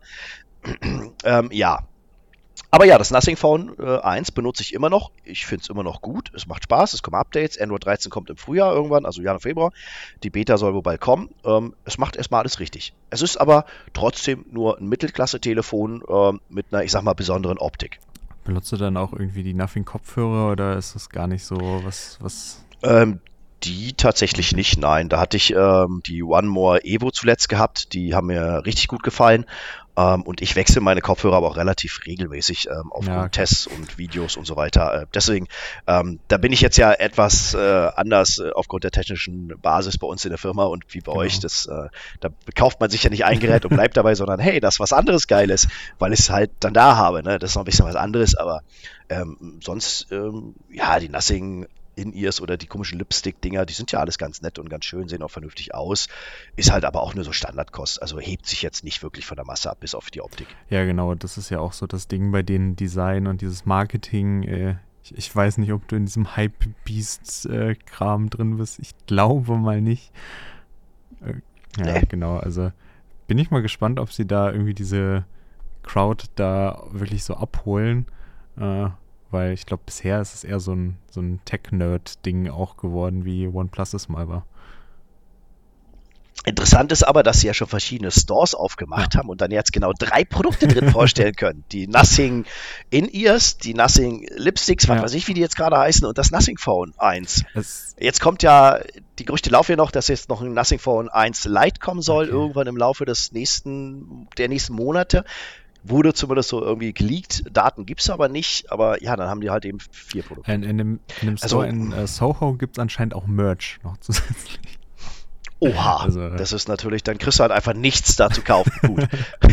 ähm, ja. Aber ja, das Nothing Phone äh, eins benutze ich immer noch. Ich finde es immer noch gut. Es macht Spaß. Es kommen Updates. Android dreizehn kommt im Frühjahr irgendwann, also Januar, Februar. Die Beta soll wohl bald kommen. Ähm, es macht erstmal alles richtig. Es ist aber trotzdem nur ein Mittelklasse-Telefon äh, mit einer, ich sag mal, besonderen Optik. Benutzt du dann auch irgendwie die Nothing-Kopfhörer oder ist das gar nicht so was... was ähm, Die tatsächlich nicht, nein. Da hatte ich ähm, die One More Evo zuletzt gehabt. Die haben mir richtig gut gefallen. Ähm, und ich wechsle meine Kopfhörer aber auch relativ regelmäßig ähm, aufgrund ja, Tests und Videos und so weiter. Äh, deswegen, ähm, da bin ich jetzt ja etwas äh, anders äh, aufgrund der technischen Basis bei uns in der Firma und wie bei genau. euch. Das, äh, da kauft man sich ja nicht ein Gerät und bleibt dabei, sondern hey, das ist was anderes Geiles, weil ich es halt dann da habe. Ne? Das ist noch ein bisschen was anderes, aber ähm, sonst, ähm, ja, die Nothing In-Ears oder die komischen Lipstick-Dinger, die sind ja alles ganz nett und ganz schön, sehen auch vernünftig aus, ist halt aber auch nur so Standardkost, also hebt sich jetzt nicht wirklich von der Masse ab, bis auf die Optik. Ja, genau, das ist ja auch so das Ding bei den Design und dieses Marketing, äh, ich, ich weiß nicht, ob du in diesem Hype-Beast-Kram äh, drin bist, ich glaube mal nicht. Äh, ja, nee. Genau, also bin ich mal gespannt, ob sie da irgendwie diese Crowd da wirklich so abholen, äh, weil ich glaube, bisher ist es eher so ein, so ein Tech-Nerd-Ding auch geworden, wie OnePlus es mal war. Interessant ist aber, dass sie ja schon verschiedene Stores aufgemacht ja. haben und dann jetzt genau drei Produkte drin vorstellen können. Die Nothing In-Ears, die Nothing Lipsticks, was ja. weiß ich, wie die jetzt gerade heißen, und das Nothing Phone eins. Es jetzt kommt ja, die Gerüchte laufen ja noch, dass jetzt noch ein Nothing Phone eins Lite kommen soll, okay. irgendwann im Laufe des nächsten, der nächsten Monate. Wurde zumindest so irgendwie geleakt. Daten gibt es aber nicht. Aber ja, dann haben die halt eben vier Produkte. In, in, dem, in dem Store also, in uh, Soho gibt es anscheinend auch Merch noch zusätzlich. Oha, also, das ist natürlich, dann kriegst du halt einfach nichts da zu kaufen. Gut.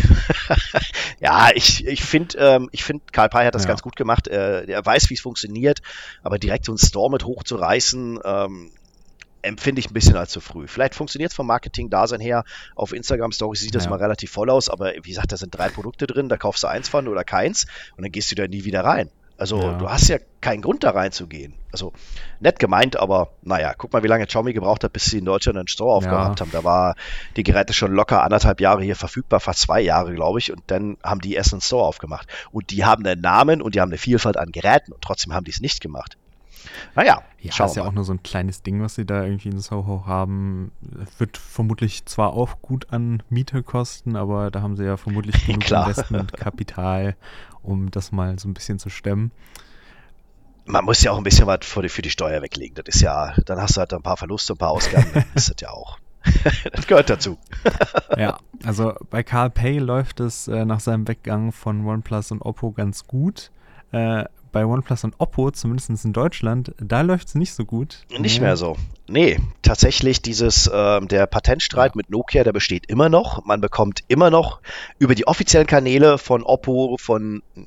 ja, ich, ich finde, ähm, ich find, Karl Pei hat das ja. ganz gut gemacht. Äh, er weiß, wie es funktioniert. Aber direkt so einen Store mit hochzureißen, ähm, empfinde ich ein bisschen als zu früh. Vielleicht funktioniert es vom Marketing-Dasein her. Auf Instagram-Stories sieht das ja. mal relativ voll aus, aber wie gesagt, da sind drei Produkte drin, da kaufst du eins von oder keins und dann gehst du da nie wieder rein. Also ja. du hast ja keinen Grund da reinzugehen. Also nett gemeint, aber naja, guck mal, wie lange Xiaomi gebraucht hat, bis sie in Deutschland einen Store aufgehabt ja. haben. Da war die Geräte schon locker anderthalb Jahre hier verfügbar, fast zwei Jahre, glaube ich, und dann haben die erst einen Store aufgemacht. Und die haben einen Namen und die haben eine Vielfalt an Geräten und trotzdem haben die es nicht gemacht. Naja, ja, schauen wir mal. Ist ja auch nur so ein kleines Ding, was sie da irgendwie in Soho haben. Wird vermutlich zwar auch gut an Miete kosten, aber da haben sie ja vermutlich genug Investmentkapital, um das mal so ein bisschen zu stemmen. Man muss ja auch ein bisschen was für die, für die Steuer weglegen. Das ist ja, dann hast du halt ein paar Verluste, ein paar Ausgaben, dann ist das ja auch. Das gehört dazu. Ja, also bei Carl Pei läuft es äh, nach seinem Weggang von OnePlus und Oppo ganz gut. Äh, bei OnePlus und Oppo, zumindest in Deutschland, da läuft es nicht so gut. Nicht nee. mehr so. Nee, tatsächlich dieses, ähm, der Patentstreit ja. mit Nokia, der besteht immer noch. Man bekommt immer noch über die offiziellen Kanäle von Oppo, von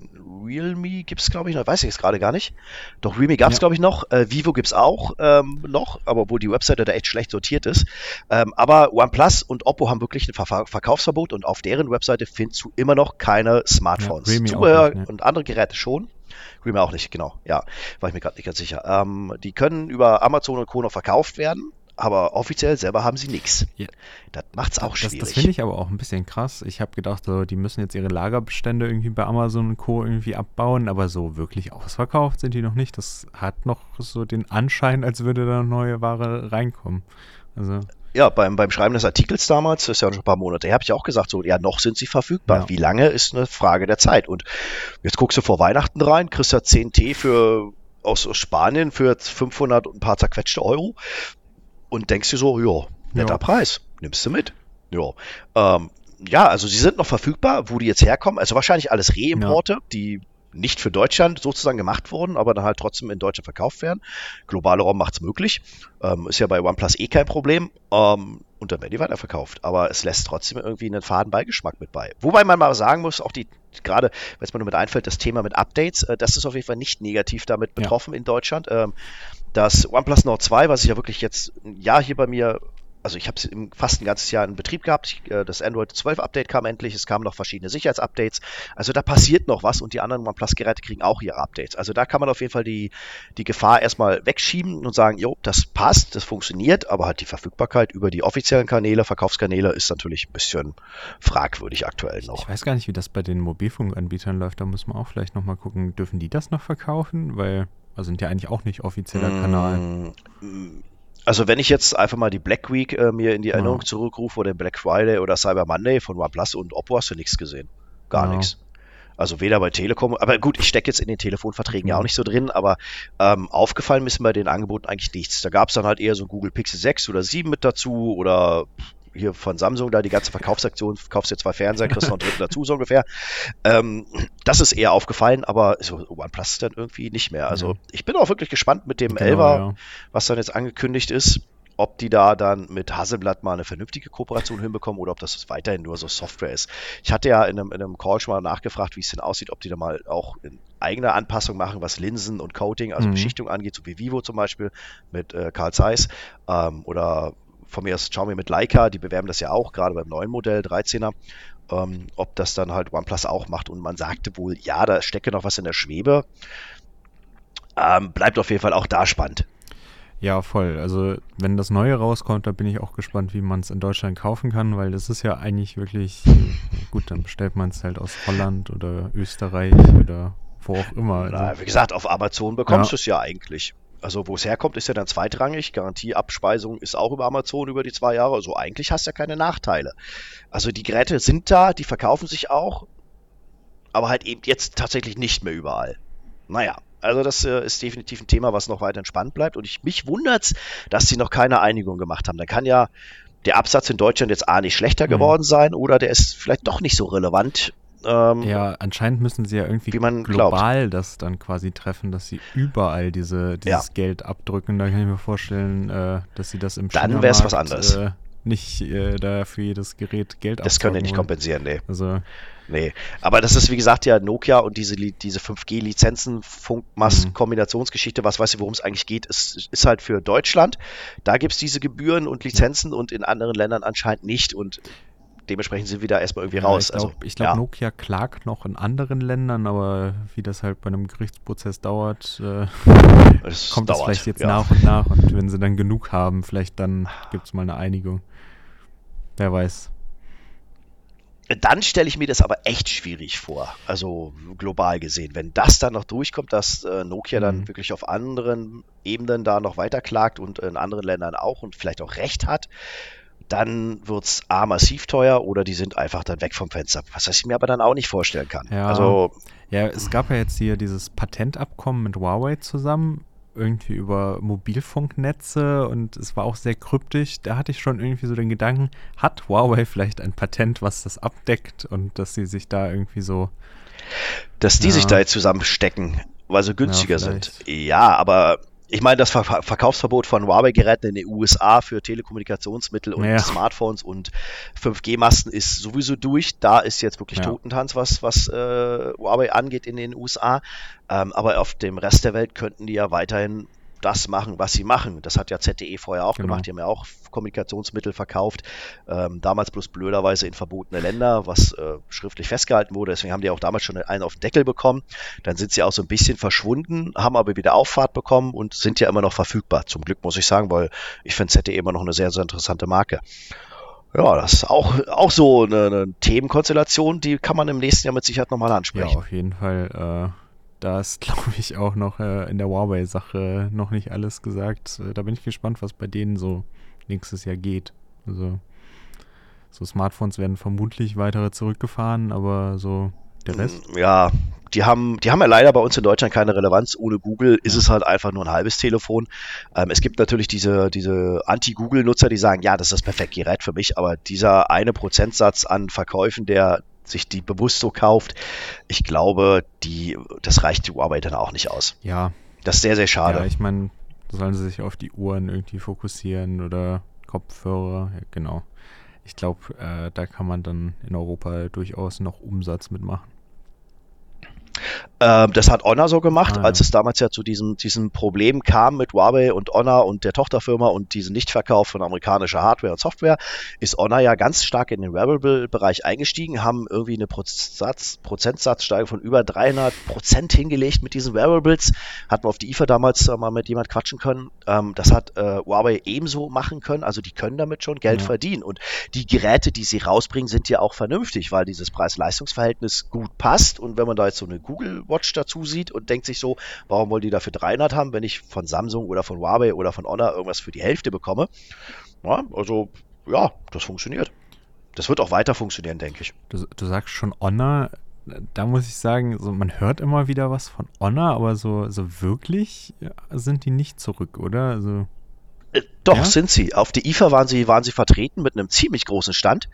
Realme gibt es, glaube ich, noch, weiß ich jetzt gerade gar nicht. Doch, Realme gab es, Ja. glaube ich, noch. Äh, Vivo gibt es auch ähm, noch, aber obwohl die Webseite da echt schlecht sortiert ist. Ähm, aber OnePlus und Oppo haben wirklich ein Ver Verkaufsverbot und auf deren Webseite findest du immer noch keine Smartphones. Ja, Realme auch Zubehör nicht, ne? und andere Geräte schon. Realme auch nicht, genau. Ja, war ich mir gerade nicht ganz sicher. Ähm, die können über Amazon und Co. noch verkauft werden, aber offiziell selber haben sie nichts. Ja. Das macht's auch Das, schwierig. das finde ich aber auch ein bisschen krass. Ich habe gedacht, so, die müssen jetzt ihre Lagerbestände irgendwie bei Amazon und Co. irgendwie abbauen, aber so wirklich ausverkauft sind die noch nicht. Das hat noch so den Anschein, als würde da neue Ware reinkommen. Also, Ja, beim, beim Schreiben des Artikels damals, das ist ja schon ein paar Monate her, habe ich auch gesagt, so, ja, noch sind sie verfügbar. Ja. Wie lange ist eine Frage der Zeit. Und jetzt guckst du vor Weihnachten rein, kriegst ja zehn T für, aus, aus Spanien für fünfhundert und ein paar zerquetschte Euro und denkst dir so, ja, netter Ja. Preis, nimmst du mit. Ja, ähm, ja, also sie sind noch verfügbar, wo die jetzt herkommen, also wahrscheinlich alles Reimporte, die nicht für Deutschland sozusagen gemacht wurden, aber dann halt trotzdem in Deutschland verkauft werden. Globale Raum macht es möglich. Ähm, ist ja bei OnePlus eh kein Problem. Ähm, und dann werden die weiterverkauft. Aber es lässt trotzdem irgendwie einen faden Beigeschmack mit bei. Wobei man mal sagen muss, auch die, gerade, wenn es mir nur mit einfällt, das Thema mit Updates, äh, das ist auf jeden Fall nicht negativ damit betroffen ja. in Deutschland. Ähm, das OnePlus Nord zwei, was ich ja wirklich jetzt ein Jahr hier bei mir, also ich habe es fast ein ganzes Jahr in Betrieb gehabt. Das Android zwölf Update kam endlich. Es kamen noch verschiedene Sicherheitsupdates. Also da passiert noch was und die anderen OnePlus-Geräte kriegen auch ihre Updates. Also da kann man auf jeden Fall die, die Gefahr erstmal wegschieben und sagen, jo, das passt, das funktioniert, aber halt die Verfügbarkeit über die offiziellen Kanäle, Verkaufskanäle ist natürlich ein bisschen fragwürdig aktuell noch. Ich weiß gar nicht, wie das bei den Mobilfunkanbietern läuft. Da muss man auch vielleicht nochmal gucken, dürfen die das noch verkaufen? Weil, also sind ja eigentlich auch nicht offizieller mm, Kanal. Also wenn ich jetzt einfach mal die Black Week äh, mir in die Erinnerung ja. zurückrufe oder den Black Friday oder Cyber Monday von OnePlus und Oppo, hast du nichts gesehen. Gar ja. nichts. Also weder bei Telekom, aber gut, ich stecke jetzt in den Telefonverträgen ja, ja auch nicht so drin, aber ähm, aufgefallen ist mir bei den Angeboten eigentlich nichts. Da gab es dann halt eher so Google Pixel sechs oder sieben mit dazu oder hier von Samsung da die ganze Verkaufsaktion, kaufst dir zwei Fernseher, kriegst noch einen dritten dazu, so ungefähr. Ähm, das ist eher aufgefallen, aber so OnePlus dann irgendwie nicht mehr. Also ja. ich bin auch wirklich gespannt mit dem genau, elfer, ja. was dann jetzt angekündigt ist, ob die da dann mit Hasselblad mal eine vernünftige Kooperation hinbekommen oder ob das weiterhin nur so Software ist. Ich hatte ja in einem, in einem Call schon mal nachgefragt, wie es denn aussieht, ob die da mal auch in eigene Anpassung machen, was Linsen und Coating, also mhm. Beschichtung angeht, so wie Vivo zum Beispiel mit äh, Carl Zeiss ähm, oder von mir aus Xiaomi mit Leica, die bewerben das ja auch, gerade beim neuen Modell dreizehner, ähm, ob das dann halt OnePlus auch macht. Und man sagte wohl, ja, da stecke noch was in der Schwebe. Ähm, bleibt auf jeden Fall auch da spannend. Ja, voll. Also wenn das Neue rauskommt, da bin ich auch gespannt, wie man es in Deutschland kaufen kann, weil das ist ja eigentlich wirklich, gut, dann bestellt man es halt aus Holland oder Österreich oder wo auch immer. Na, also, wie gesagt, auf Amazon bekommst ja. du es ja eigentlich. Also wo es herkommt, ist ja dann zweitrangig. Garantieabspeisung ist auch über Amazon über die zwei Jahre. Also eigentlich hast du ja keine Nachteile. Also die Geräte sind da, die verkaufen sich auch, aber halt eben jetzt tatsächlich nicht mehr überall. Naja, also das äh, ist definitiv ein Thema, was noch weiter entspannt bleibt. Und ich, mich wundert's, dass sie noch keine Einigung gemacht haben. Dann kann ja der Absatz in Deutschland jetzt A nicht schlechter mhm. geworden sein oder der ist vielleicht doch nicht so relevant. Ähm, ja, anscheinend müssen sie ja irgendwie global glaubt. das dann quasi treffen, dass sie überall diese, dieses ja. Geld abdrücken. Da kann ich mir vorstellen, äh, dass sie das im Dann wäre es was anderes. Äh, nicht äh, da für jedes Gerät Geld abdrücken. Das können die nicht kompensieren, nee. Also, nee. Aber das ist, wie gesagt, ja Nokia und diese, diese fünf G Lizenzen, Funkmast, mhm. Kombinationsgeschichte, was weiß ich, worum es eigentlich geht, ist, ist halt für Deutschland. Da gibt es diese Gebühren und Lizenzen und in anderen Ländern anscheinend nicht und dementsprechend sind wir da erstmal irgendwie ja, raus. Ich glaube, also, glaub, ja. Nokia klagt noch in anderen Ländern, aber wie das halt bei einem Gerichtsprozess dauert, äh, kommt das vielleicht jetzt ja. nach und nach. Und wenn sie dann genug haben, vielleicht dann gibt es mal eine Einigung. Wer weiß. Dann stelle ich mir das aber echt schwierig vor, also global gesehen. Wenn das dann noch durchkommt, dass äh, Nokia mhm. dann wirklich auf anderen Ebenen da noch weiter klagt und in anderen Ländern auch und vielleicht auch Recht hat, dann wird es A massiv teuer oder die sind einfach dann weg vom Fenster. Was ich mir aber dann auch nicht vorstellen kann. Ja, also, ja, es gab ja jetzt hier dieses Patentabkommen mit Huawei zusammen, irgendwie über Mobilfunknetze und es war auch sehr kryptisch. Da hatte ich schon irgendwie so den Gedanken, hat Huawei vielleicht ein Patent, was das abdeckt und dass sie sich da irgendwie so... Dass die ja, sich da jetzt zusammenstecken, weil sie günstiger ja, sind. Ja, aber ich meine, das Ver Verkaufsverbot von Huawei-Geräten in den U S A für Telekommunikationsmittel und ja. Smartphones und fünf G-Masten ist sowieso durch. Da ist jetzt wirklich ja. Totentanz, was, was äh, Huawei angeht in den U S A. Ähm, aber auf dem Rest der Welt könnten die ja weiterhin das machen, was sie machen. Das hat ja Z T E vorher auch genau. gemacht. Die haben ja auch Kommunikationsmittel verkauft. Ähm, damals bloß blöderweise in verbotene Länder, was äh, schriftlich festgehalten wurde. Deswegen haben die auch damals schon einen auf den Deckel bekommen. Dann sind sie auch so ein bisschen verschwunden, haben aber wieder Auffahrt bekommen und sind ja immer noch verfügbar. Zum Glück, muss ich sagen, weil ich finde Z T E immer noch eine sehr, sehr interessante Marke. Ja, das ist auch, auch so eine, eine Themenkonstellation, die kann man im nächsten Jahr mit Sicherheit nochmal ansprechen. Ja, auf jeden Fall. Äh Da ist, glaube ich, auch noch äh, in der Huawei-Sache noch nicht alles gesagt. Äh, da bin ich gespannt, was bei denen so nächstes Jahr geht. Also so Smartphones werden vermutlich weitere zurückgefahren, aber so der Rest? Ja, die haben, die haben ja leider bei uns in Deutschland keine Relevanz. Ohne Google ist es halt einfach nur ein halbes Telefon. Ähm, es gibt natürlich diese, diese Anti-Google-Nutzer, die sagen, ja, das ist das perfekte Gerät für mich, aber dieser eine Prozentsatz an Verkäufen, der sich die bewusst so kauft, ich glaube, die, das reicht die Huawei dann auch nicht aus. Ja. Das ist sehr, sehr schade. Ja, ich meine, sollen sie sich auf die Uhren irgendwie fokussieren oder Kopfhörer, ja, genau. Ich glaube, äh, da kann man dann in Europa durchaus noch Umsatz mitmachen. Ähm, das hat Honor so gemacht, ah, ja. als es damals ja zu diesem, diesem Problem kam mit Huawei und Honor und der Tochterfirma und diesem Nichtverkauf von amerikanischer Hardware und Software, ist Honor ja ganz stark in den Wearable-Bereich eingestiegen, haben irgendwie eine Prozentsatz, Prozentsatzsteigerung von über dreihundert Prozent hingelegt mit diesen Wearables. Hatten wir auf die I F A damals äh, mal mit jemand quatschen können. Ähm, das hat äh, Huawei ebenso machen können, also die können damit schon Geld ja. verdienen. Und die Geräte, die sie rausbringen, sind ja auch vernünftig, weil dieses Preis-Leistungs-Verhältnis gut passt. Und wenn man da jetzt so eine Google Watch dazu sieht und denkt sich so, warum wollen die dafür dreihundert haben, wenn ich von Samsung oder von Huawei oder von Honor irgendwas für die Hälfte bekomme? Ja, also, ja, das funktioniert. Das wird auch weiter funktionieren, denke ich. Du, du sagst schon Honor, da muss ich sagen, so, man hört immer wieder was von Honor, aber so, so wirklich sind die nicht zurück, oder? Also äh, doch, ja? sind sie. Auf der I F A waren sie, waren sie vertreten mit einem ziemlich großen Stand.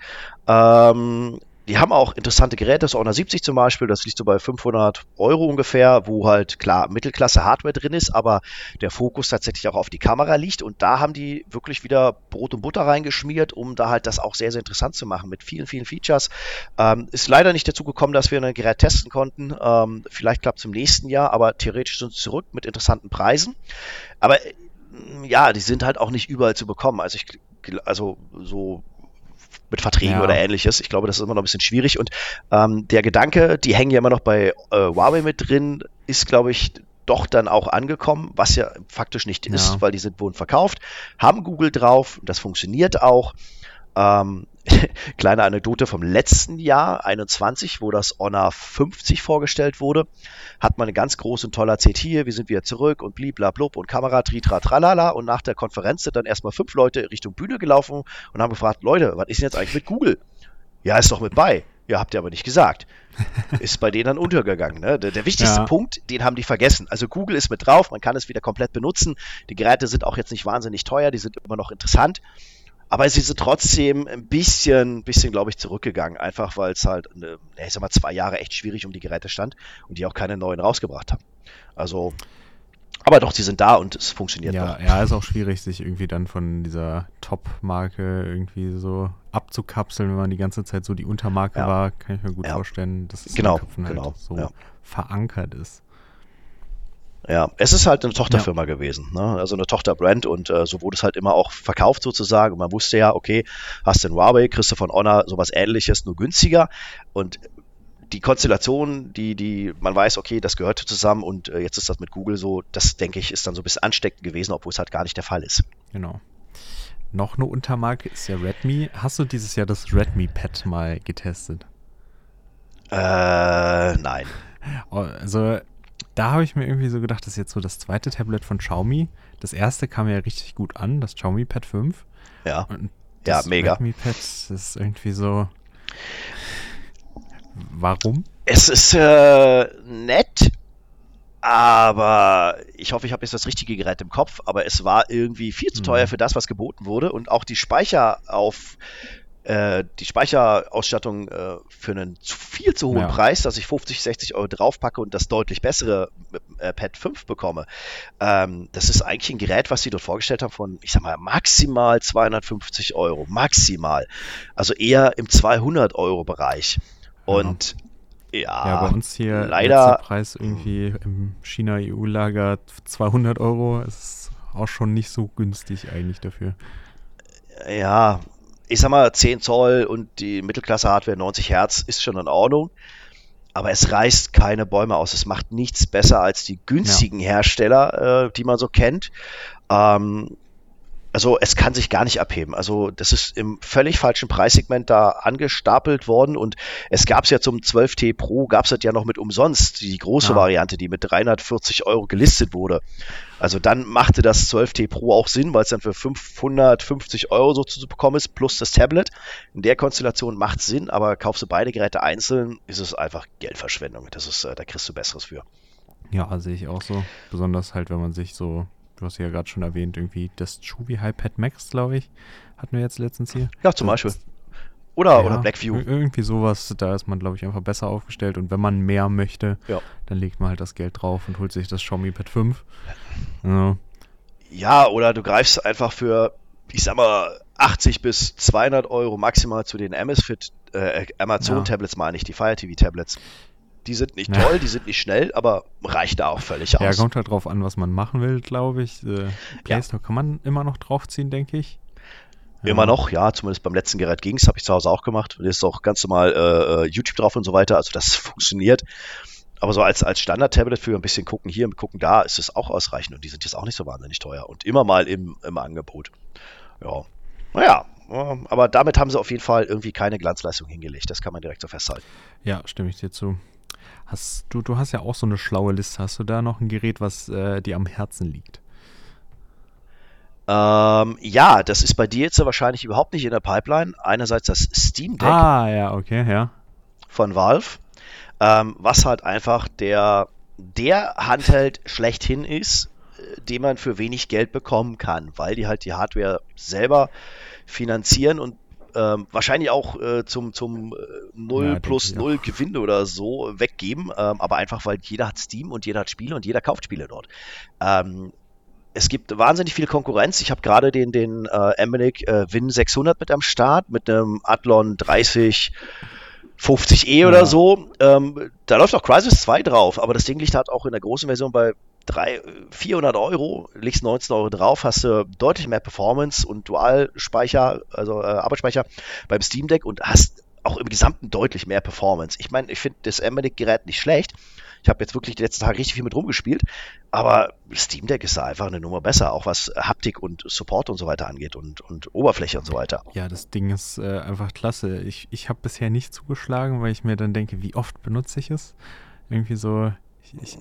Ähm, Die haben auch interessante Geräte, das Honor siebzig zum Beispiel, das liegt so bei fünfhundert Euro ungefähr, wo halt klar Mittelklasse-Hardware drin ist, aber der Fokus tatsächlich auch auf die Kamera liegt und da haben die wirklich wieder Brot und Butter reingeschmiert, um da halt das auch sehr, sehr interessant zu machen mit vielen, vielen Features. Ähm, ist leider nicht dazu gekommen, dass wir ein Gerät testen konnten, ähm, vielleicht klappt es im nächsten Jahr, aber theoretisch sind sie zurück mit interessanten Preisen. Aber ja, die sind halt auch nicht überall zu bekommen, also ich, also so mit Verträgen ja. oder ähnliches. Ich glaube, das ist immer noch ein bisschen schwierig. Und ähm, der Gedanke, die hängen ja immer noch bei äh, Huawei mit drin, ist, glaube ich, doch dann auch angekommen, was ja faktisch nicht ja. ist, weil die sind wurden verkauft, haben Google drauf, das funktioniert auch. Ähm, kleine Anekdote vom letzten Jahr, einundzwanzig, wo das Honor fünfzig vorgestellt wurde, hat man eine ganz große und tolle erzählt, hier, wir sind wieder zurück und bliblablub und Kamera, tritra, tralala und nach der Konferenz sind dann erstmal fünf Leute Richtung Bühne gelaufen und haben gefragt, Leute, was ist denn jetzt eigentlich mit Google? Ja, ist doch mit bei. Ja, habt ihr aber nicht gesagt. Ist bei denen dann untergegangen. Ne? Der, der wichtigste ja. Punkt, den haben die vergessen. Also Google ist mit drauf, man kann es wieder komplett benutzen. Die Geräte sind auch jetzt nicht wahnsinnig teuer, die sind immer noch interessant. Aber sie sind trotzdem ein bisschen, bisschen glaube ich, zurückgegangen. Einfach weil es halt, eine, ich sag mal, zwei Jahre echt schwierig um die Geräte stand und die auch keine neuen rausgebracht haben. Also, aber doch, sie sind da und es funktioniert ja, noch. Ja, ist auch schwierig, sich irgendwie dann von dieser Top-Marke irgendwie so abzukapseln, wenn man die ganze Zeit so die Untermarke ja. war. Kann ich mir gut ja. vorstellen, dass es genau, in den Köpfen halt genau, so ja. verankert ist. Ja, es ist halt eine Tochterfirma ja. gewesen, ne? Also eine Tochterbrand und äh, so wurde es halt immer auch verkauft sozusagen. Und man wusste ja, okay, hast du ein Huawei, kriegst du von Honor sowas Ähnliches, nur günstiger. Und die Konstellation, die, die, man weiß, okay, das gehörte zusammen und äh, jetzt ist das mit Google so, das denke ich, ist dann so ein bisschen ansteckend gewesen, obwohl es halt gar nicht der Fall ist. Genau. Noch eine Untermarke ist ja Redmi. Hast du dieses Jahr das Redmi Pad mal getestet? Äh, nein. Also da habe ich mir irgendwie so gedacht, das ist jetzt so das zweite Tablet von Xiaomi. Das erste kam ja richtig gut an, das Xiaomi Pad fünf. Ja, und ja, das mega. Redmi Pad ist irgendwie so... Warum? Es ist äh, nett, aber ich hoffe, ich habe jetzt das richtige Gerät im Kopf, aber es war irgendwie viel zu teuer mhm. für das, was geboten wurde und auch die Speicher auf äh, die Speicherausstattung äh, für einen zu viel zu hohen Ja. Preis, dass ich fünfzig, sechzig Euro draufpacke und das deutlich bessere äh, Pad fünf bekomme. Ähm, das ist eigentlich ein Gerät, was sie dort vorgestellt haben von, ich sag mal, maximal zweihundertfünfzig Euro. Maximal. Also eher im zweihundert Euro Bereich. Und ja, Ja, bei uns hier leider letzter Preis irgendwie im China-E U-Lager zweihundert Euro. Ist auch schon nicht so günstig eigentlich dafür. ja, ich sag mal, zehn Zoll und die Mittelklasse-Hardware neunzig Hertz ist schon in Ordnung. Aber es reißt keine Bäume aus. Es macht nichts besser als die günstigen Hersteller, äh, die man so kennt. Ähm, also es kann sich gar nicht abheben. Also das ist im völlig falschen Preissegment da angestapelt worden und es gab es ja zum zwölf T Pro, gab es das ja noch mit umsonst, die große Ja. Variante, die mit dreihundertvierzig Euro gelistet wurde. Also dann machte das zwölf T Pro auch Sinn, weil es dann für fünfhundertfünfzig Euro so zu bekommen ist, plus das Tablet. In der Konstellation macht es Sinn, aber kaufst du beide Geräte einzeln, ist es einfach Geldverschwendung. Das ist, äh, da kriegst du Besseres für. Ja, sehe ich auch so. Besonders halt, wenn man sich so, du hast ja gerade schon erwähnt, irgendwie das Chubi iPad Max, glaube ich, hatten wir jetzt letztens hier. Ja, zum Das- Beispiel. Oder, ja, oder Blackview. ir- Irgendwie sowas, da ist man, glaube ich, einfach besser aufgestellt. Und wenn man mehr möchte, Ja. dann legt man halt das Geld drauf und holt sich das Xiaomi Pad fünf. Ja, Ja, oder du greifst einfach für, ich sag mal, achtzig bis zweihundert Euro maximal zu den Amazfit, äh, Amazon-Tablets, meine ich, die Fire T V-Tablets. Die sind nicht Ja. toll, die sind nicht schnell, aber reicht da auch völlig ja, aus. kommt halt drauf an, was man machen will, glaube ich. Äh, Play Store kann man immer noch draufziehen, denke ich. Immer noch, ja, zumindest beim letzten Gerät ging's, habe ich zu Hause auch gemacht. Und ist auch ganz normal äh, YouTube drauf und so weiter, also das funktioniert. Aber so als, als Standard-Tablet für ein bisschen gucken hier und gucken da, ist es auch ausreichend und die sind jetzt auch nicht so wahnsinnig teuer und immer mal im, im Angebot. Ja, naja, ähm, aber damit haben sie auf jeden Fall irgendwie keine Glanzleistung hingelegt, das kann man direkt so festhalten. Ja, stimme ich dir zu. Hast du, du hast ja auch so eine schlaue Liste. Hast du da noch ein Gerät, was äh, dir am Herzen liegt? Ähm, ja, das ist bei dir jetzt wahrscheinlich überhaupt nicht in der Pipeline. Einerseits das Steam Deck Ah, ja, okay, ja. von Valve, ähm, was halt einfach der, der Handheld schlechthin ist, äh, den man für wenig Geld bekommen kann, weil die halt die Hardware selber finanzieren und ähm, wahrscheinlich auch äh, zum, zum äh, null Ja, denke plus ich null Gewinn oder so weggeben, ähm, aber einfach, weil jeder hat Steam und jeder hat Spiele und jeder kauft Spiele dort. Ähm, es gibt wahnsinnig viel Konkurrenz. Ich habe gerade den, den äh, Emmerich äh, Win sechshundert mit am Start, mit einem Athlon dreißig fünfzig E oder Ja. so. Ähm, da läuft auch Crysis zwei drauf, aber das Ding liegt halt auch in der großen Version bei drei, vierhundert Euro, legst neunzehn Euro drauf, hast du deutlich mehr Performance und Dualspeicher, also äh, Arbeitsspeicher beim Steam Deck und hast auch im Gesamten deutlich mehr Performance. Ich meine, ich finde das Emmerich-Gerät nicht schlecht. Ich habe jetzt wirklich die letzten Tage richtig viel mit rumgespielt, aber Steam Deck ist da einfach eine Nummer besser, auch was Haptik und Support und so weiter angeht und, und Oberfläche und so weiter. Ja, das Ding ist äh, einfach klasse. Ich, ich habe bisher nicht zugeschlagen, weil ich mir dann denke, wie oft benutze ich es? Irgendwie so, ich, ich,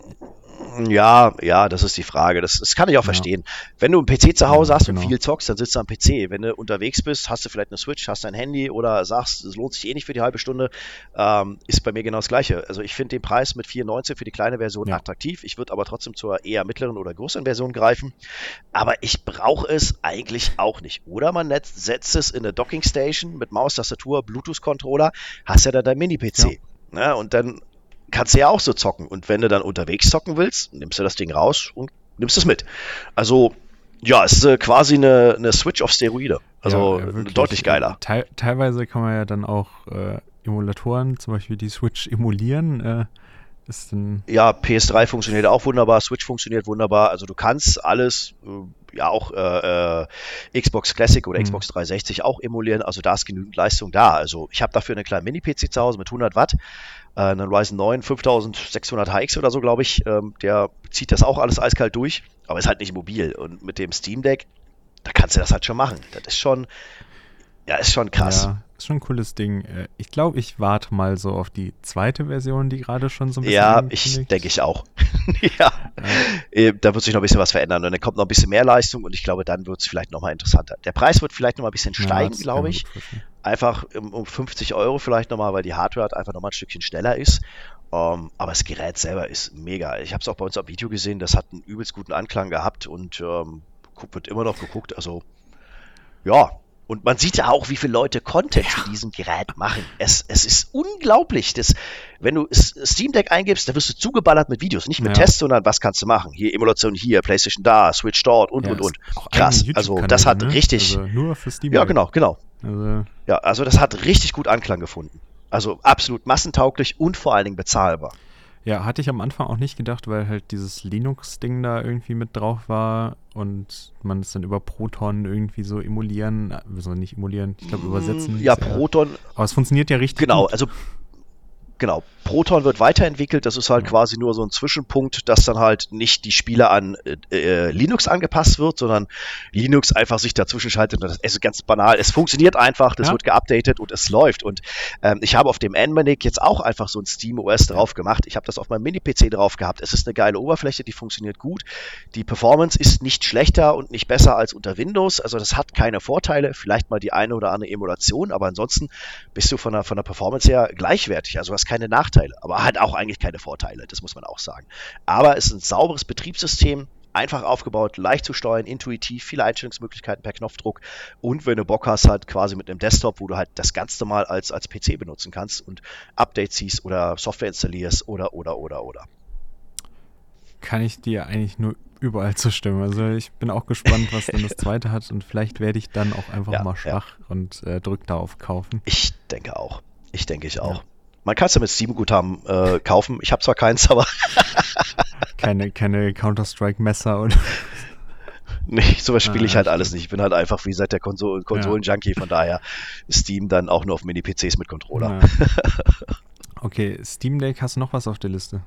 Ja, ja, das ist die Frage. Das, das kann ich auch Ja. verstehen. Wenn du einen P C zu Hause Ja, hast genau. und viel zockst, dann sitzt du am P C. Wenn du unterwegs bist, hast du vielleicht eine Switch, hast dein Handy oder sagst, es lohnt sich eh nicht für die halbe Stunde, ähm, ist bei mir genau das Gleiche. Also ich finde den Preis mit vier neunzehn für die kleine Version Ja. attraktiv. Ich würde aber trotzdem zur eher mittleren oder größeren Version greifen. Aber ich brauche es eigentlich auch nicht. Oder man net- setzt es in eine Docking Station mit Maus, Tastatur, Bluetooth-Controller, hast ja dann dein Mini-P C. Ne? Und dann kannst du ja auch so zocken. Und wenn du dann unterwegs zocken willst, nimmst du das Ding raus und nimmst es mit. Also, ja, es ist äh, quasi eine, eine Switch auf Steroide. Also ja, äh, wirklich, deutlich geiler. äh, Teil, teilweise kann man ja dann auch äh, Emulatoren, zum Beispiel die Switch emulieren. Äh, ist dann, Ja, P S drei funktioniert auch wunderbar, Switch funktioniert wunderbar. Also du kannst alles, äh, ja auch äh, äh, Xbox Classic oder Mhm. Xbox dreihundertsechzig auch emulieren. Also da ist genügend Leistung da. Also ich habe dafür einen kleinen Mini-P C zu Hause mit hundert Watt, äh, einen Ryzen neun fünftausendsechshundert H X oder so, glaube ich. Ähm, der zieht das auch alles eiskalt durch, aber ist halt nicht mobil. Und mit dem Steam Deck, da kannst du das halt schon machen. Das ist schon, ja, ist schon krass. ja, ist schon ein cooles Ding. Äh, ich glaube, ich warte mal so auf die zweite Version, die gerade schon so ein bisschen Ja, ich angekündigt denke ich auch. ja, äh, da wird sich noch ein bisschen was verändern und dann kommt noch ein bisschen mehr Leistung und ich glaube, dann wird es vielleicht noch mal interessanter. Der Preis wird vielleicht noch mal ein bisschen Ja, steigen, das kann glaube man ich. gut vorstellen. Einfach um, um fünfzig Euro vielleicht noch mal, weil die Hardware halt einfach noch mal ein Stückchen schneller ist. Ähm, aber das Gerät selber ist mega. Ich habe es auch bei uns am Video gesehen, das hat einen übelst guten Anklang gehabt und ähm, gu- wird immer noch geguckt. Also ja, Und man sieht ja auch, wie viele Leute Content ja. zu diesem Gerät machen. Es, es ist unglaublich. Das, wenn du Steam Deck eingibst, dann wirst du zugeballert mit Videos. Nicht mit ja. Tests, sondern was kannst du machen? Hier Emulation hier, PlayStation da, Switch dort und, ja, und, und. Krass. Also das hat ne? richtig... Also nur für Steam Deck. Ja, genau, genau. Also. Ja, also das hat richtig gut Anklang gefunden. Also absolut massentauglich und vor allen Dingen bezahlbar. Ja, hatte ich am Anfang auch nicht gedacht, weil halt dieses Linux-Ding da irgendwie mit drauf war und man es dann über Proton irgendwie so emulieren, also nicht emulieren, ich glaube übersetzen. Ja, Proton. Aber es funktioniert ja richtig genau, gut. Also Genau, Proton wird weiterentwickelt, das ist halt ja. quasi nur so ein Zwischenpunkt, dass dann halt nicht die Spiele an äh, Linux angepasst wird, sondern Linux einfach sich dazwischen schaltet. Das ist ganz banal, es funktioniert einfach, das ja. wird geupdatet und es läuft. Und ähm, ich habe auf dem N-Manic jetzt auch einfach so ein SteamOS drauf gemacht. Ich habe das auf meinem Mini-P C drauf gehabt. Es ist eine geile Oberfläche, die funktioniert gut. Die Performance ist nicht schlechter und nicht besser als unter Windows, also das hat keine Vorteile, vielleicht mal die eine oder andere Emulation, aber ansonsten bist du von der, von der Performance her gleichwertig, also hast keine Nachteile, aber hat auch eigentlich keine Vorteile, das muss man auch sagen. Aber es ist ein sauberes Betriebssystem, einfach aufgebaut, leicht zu steuern, intuitiv, viele Einstellungsmöglichkeiten per Knopfdruck und wenn du Bock hast, halt quasi mit einem Desktop, wo du halt das ganz normal als, als P C benutzen kannst und Updates siehst oder Software installierst oder, oder, oder, oder. Kann ich dir eigentlich nur überall zustimmen. Also ich bin auch gespannt, was dann das zweite hat und vielleicht werde ich dann auch einfach ja, mal schwach ja. und äh, drück da auf Kaufen. Ich denke auch. Ich denke ich auch. Ja. Man kann es ja mit Steam-Guthaben äh, kaufen. Ich habe zwar keins, aber keine, keine Counter-Strike-Messer oder nee, sowas spiele ah, ich halt alles nicht. Ich bin halt einfach, wie gesagt, der Konsol- Konsolen-Junkie, von daher Steam dann auch nur auf Mini-P Cs mit Controller. Ja. Okay, Steam Deck, hast du noch was auf der Liste?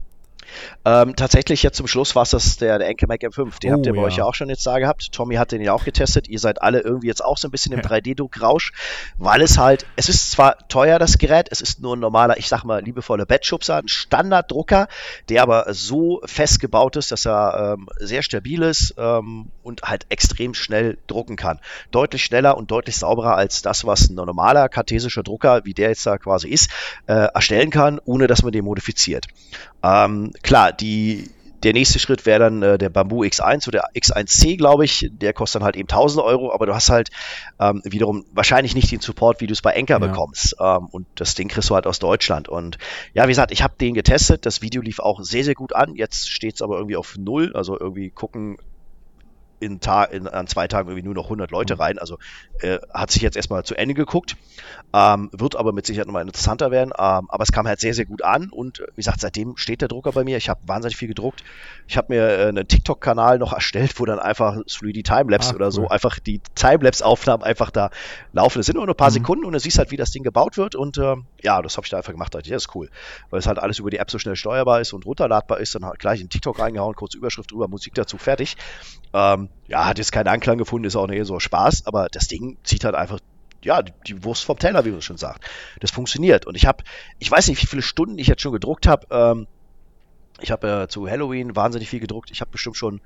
Ähm, tatsächlich jetzt zum Schluss war es das der, der Enkel Mac M fünf. Den oh, habt ihr bei ja. euch ja auch schon jetzt da gehabt. Tommy hat den ja auch getestet. Ihr seid alle irgendwie jetzt auch so ein bisschen im ja. drei D-Druck-Rausch, weil es halt, es ist zwar teuer, das Gerät, es ist nur ein normaler, ich sag mal, liebevoller Bettschubser, ein Standarddrucker, der aber so fest gebaut ist, dass er ähm, sehr stabil ist ähm, und halt extrem schnell drucken kann. Deutlich schneller und deutlich sauberer als das, was ein normaler kartesischer Drucker, wie der jetzt da quasi ist, äh, erstellen kann, ohne dass man den modifiziert. Ähm, klar, die, der nächste Schritt wäre dann äh, der Bamboo X eins oder X eins C, glaube ich. Der kostet dann halt eben tausend Euro, aber du hast halt ähm, wiederum wahrscheinlich nicht den Support, wie du es bei Anker ja. bekommst. Ähm, und das Ding kriegst du halt aus Deutschland. Und ja, wie gesagt, ich habe den getestet. Das Video lief auch sehr, sehr gut an. Jetzt steht es aber irgendwie auf null. Also irgendwie gucken in, Ta- in an zwei Tagen irgendwie nur noch hundert Leute rein. Also äh, hat sich jetzt erstmal zu Ende geguckt. Ähm, wird aber mit Sicherheit nochmal interessanter werden. Ähm, aber es kam halt sehr, sehr gut an. Und wie gesagt, seitdem steht der Drucker bei mir. Ich habe wahnsinnig viel gedruckt. Ich habe mir äh, einen TikTok-Kanal noch erstellt, wo dann einfach drei D-Timelapse oder cool. so, einfach die Timelapse-Aufnahmen einfach da laufen. Das sind nur ein paar mhm. Sekunden und du siehst halt, wie das Ding gebaut wird. Und äh, ja, das habe ich da einfach gemacht. Das ist cool. Weil es halt alles über die App so schnell steuerbar ist und runterladbar ist. Dann halt gleich in TikTok reingehauen, kurze Überschrift drüber, Musik dazu, fertig. Ähm, ja, hat jetzt keinen Anklang gefunden, ist auch eher so Spaß, aber das Ding zieht halt einfach, ja, die, die Wurst vom Teller, wie man schon sagt. Das funktioniert. Und ich habe, ich weiß nicht, wie viele Stunden ich jetzt schon gedruckt habe. Ähm, ich habe äh, zu Halloween wahnsinnig viel gedruckt. Ich habe bestimmt schon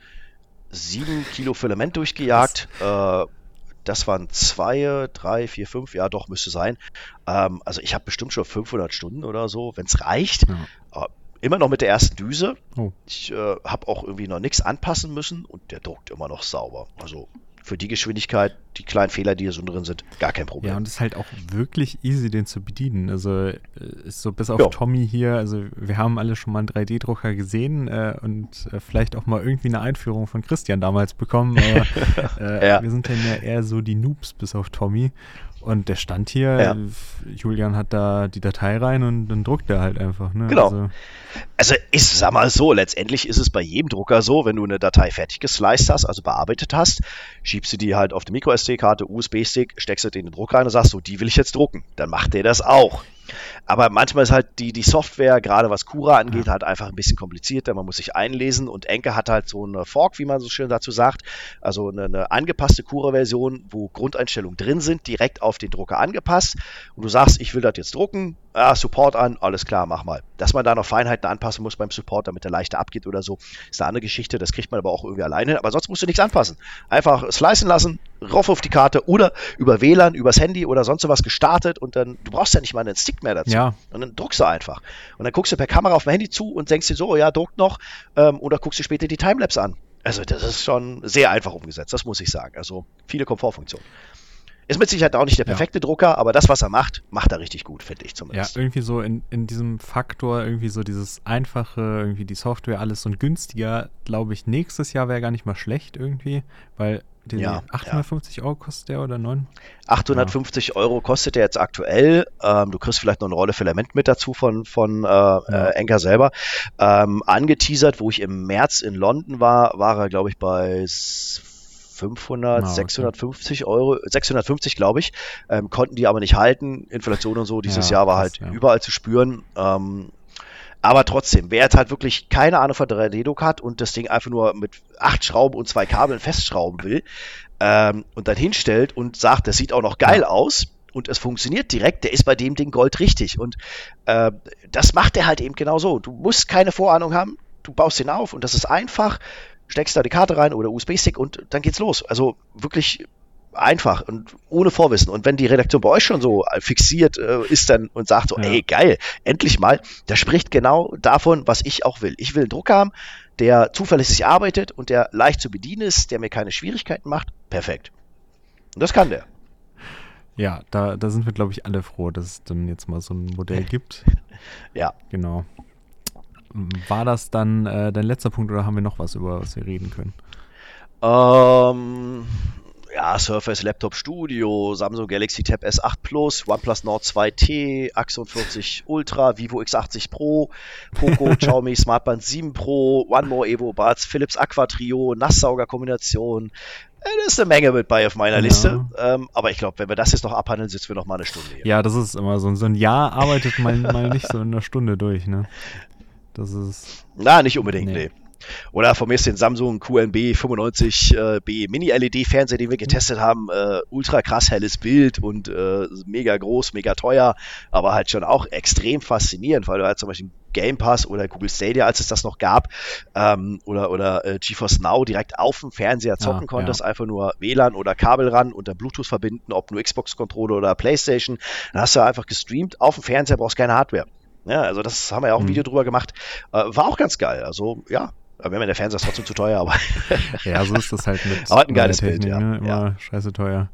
sieben Kilo Filament durchgejagt. Äh, das waren zwei, drei, vier, fünf, ja doch, müsste sein. Ähm, also ich habe bestimmt schon fünfhundert Stunden oder so, wenn es reicht. Ja. Äh, Immer noch mit der ersten Düse. Oh. Ich äh, habe auch irgendwie noch nichts anpassen müssen und der druckt immer noch sauber. Also für die Geschwindigkeit, die kleinen Fehler, die hier so drin sind, gar kein Problem. Ja, und es ist halt auch wirklich easy, den zu bedienen. Also ist so bis auf jo. Tommy hier, also wir haben alle schon mal einen drei D-Drucker gesehen äh, und äh, vielleicht auch mal irgendwie eine Einführung von Christian damals bekommen, aber äh, ja. wir sind dann ja eher so die Noobs bis auf Tommy. Und der stand hier, ja. Julian hat da die Datei rein und dann druckt er halt einfach. Ne? Genau. Also, also ich sag mal so, letztendlich ist es bei jedem Drucker so, wenn du eine Datei fertig gesliced hast, also bearbeitet hast, schiebst du die halt auf die Micro-S D-Karte, U S B-Stick, steckst du den in den Druck rein und sagst so, die will ich jetzt drucken. Dann macht der das auch. Aber manchmal ist halt die, die Software, gerade was Cura angeht, ja. halt einfach ein bisschen komplizierter. Man muss sich einlesen und Anker hat halt so eine Fork, wie man so schön dazu sagt. Also eine, eine angepasste Cura-Version, wo Grundeinstellungen drin sind, direkt auf den Drucker angepasst. Und du sagst, ich will das jetzt drucken, ja, Support an, alles klar, mach mal. Dass man da noch Feinheiten anpassen muss beim Support, damit der leichter abgeht oder so, ist eine andere Geschichte. Das kriegt man aber auch irgendwie alleine. Aber sonst musst du nichts anpassen. Einfach slicen lassen, rauf auf die Karte oder über W L A N, übers Handy oder sonst was gestartet und dann, du brauchst ja nicht mal einen Stick mehr dazu. Ja. Und dann druckst du einfach. Und dann guckst du per Kamera auf dem Handy zu und denkst dir so, ja, druckt noch, ähm, oder guckst dir später die Timelapse an. Also das ist schon sehr einfach umgesetzt, das muss ich sagen. Also viele Komfortfunktionen. Ist mit Sicherheit auch nicht der perfekte ja. Drucker, aber das, was er macht, macht er richtig gut, finde ich zumindest. Ja, irgendwie so in, in diesem Faktor, irgendwie so dieses Einfache, irgendwie die Software, alles so ein günstiger, glaube ich, nächstes Jahr wäre gar nicht mal schlecht irgendwie, weil die ja, achthundertfünfzig ja. Euro kostet der oder neun? achthundertfünfzig ja. Euro kostet der jetzt aktuell. Ähm, du kriegst vielleicht noch eine Rolle Filament mit dazu von, von äh, ja. äh, Anker selber. Ähm, angeteasert, wo ich im März in London war, war er, glaube ich, bei fünfhundert, ah, okay. sechshundertfünfzig Euro, sechshundertfünfzig glaube ich, ähm, konnten die aber nicht halten. Inflation und so dieses ja, Jahr war krass, halt ja. überall zu spüren. Ähm, aber trotzdem, wer jetzt halt wirklich keine Ahnung von drei D-Druck hat und das Ding einfach nur mit acht Schrauben und zwei Kabeln festschrauben will ähm, und dann hinstellt und sagt, das sieht auch noch geil ja. aus und es funktioniert direkt, der ist bei dem Ding Gold richtig. Und äh, das macht er halt eben genau so. Du musst keine Vorahnung haben, du baust den auf und das ist einfach, steckst da die Karte rein oder U S B-Stick und dann geht's los. Also wirklich einfach und ohne Vorwissen. Und wenn die Redaktion bei euch schon so fixiert äh, ist dann und sagt so, ja. ey, geil, endlich mal, der spricht genau davon, was ich auch will. Ich will einen Drucker haben, der zuverlässig arbeitet und der leicht zu bedienen ist, der mir keine Schwierigkeiten macht. Perfekt. Und das kann der. Ja, da, da sind wir, glaube ich, alle froh, dass es dann jetzt mal so ein Modell gibt. Ja. Genau. War das dann äh, dein letzter Punkt oder haben wir noch was, über was wir reden können? Ähm... Ja, Surface Laptop Studio, Samsung Galaxy Tab S acht Plus, OnePlus Nord zwei T, Axon vierzig Ultra, Vivo X achtzig Pro, Poco, Xiaomi Smartband sieben Pro, OneMore Evo Buds, Philips Aqua Trio, Nasssauger-Kombination. Das ist eine Menge mit bei auf meiner ja. Liste. Ähm, aber ich glaube, wenn wir das jetzt noch abhandeln, sitzen wir noch mal eine Stunde hier. Ja, das ist immer so. So ein Jahr arbeitet man mal nicht so in einer Stunde durch, ne? Das ist... Na, nicht unbedingt, nee. nee. Oder von mir ist den Samsung Q N B fünfundneunzig B Mini-L E D-Fernseher, den wir getestet haben. Äh, ultra krass helles Bild und äh, mega groß, mega teuer, aber halt schon auch extrem faszinierend, weil du halt zum Beispiel Game Pass oder Google Stadia, als es das noch gab, ähm, oder, oder äh, GeForce Now direkt auf dem Fernseher zocken ah, konntest, ja. einfach nur W L A N oder Kabel ran und dann Bluetooth verbinden, ob nur Xbox-Controller oder Playstation. Dann hast du einfach gestreamt auf dem Fernseher, brauchst keine Hardware. Ja, also das haben wir ja auch ein hm. Video drüber gemacht. Äh, war auch ganz geil. Also ja, wenn man der Fernseher ist trotzdem zu teuer, aber ja, so ist das halt mit aber ein geiles Technik, Bild, ja. Ne? Immer ja. scheiße teuer.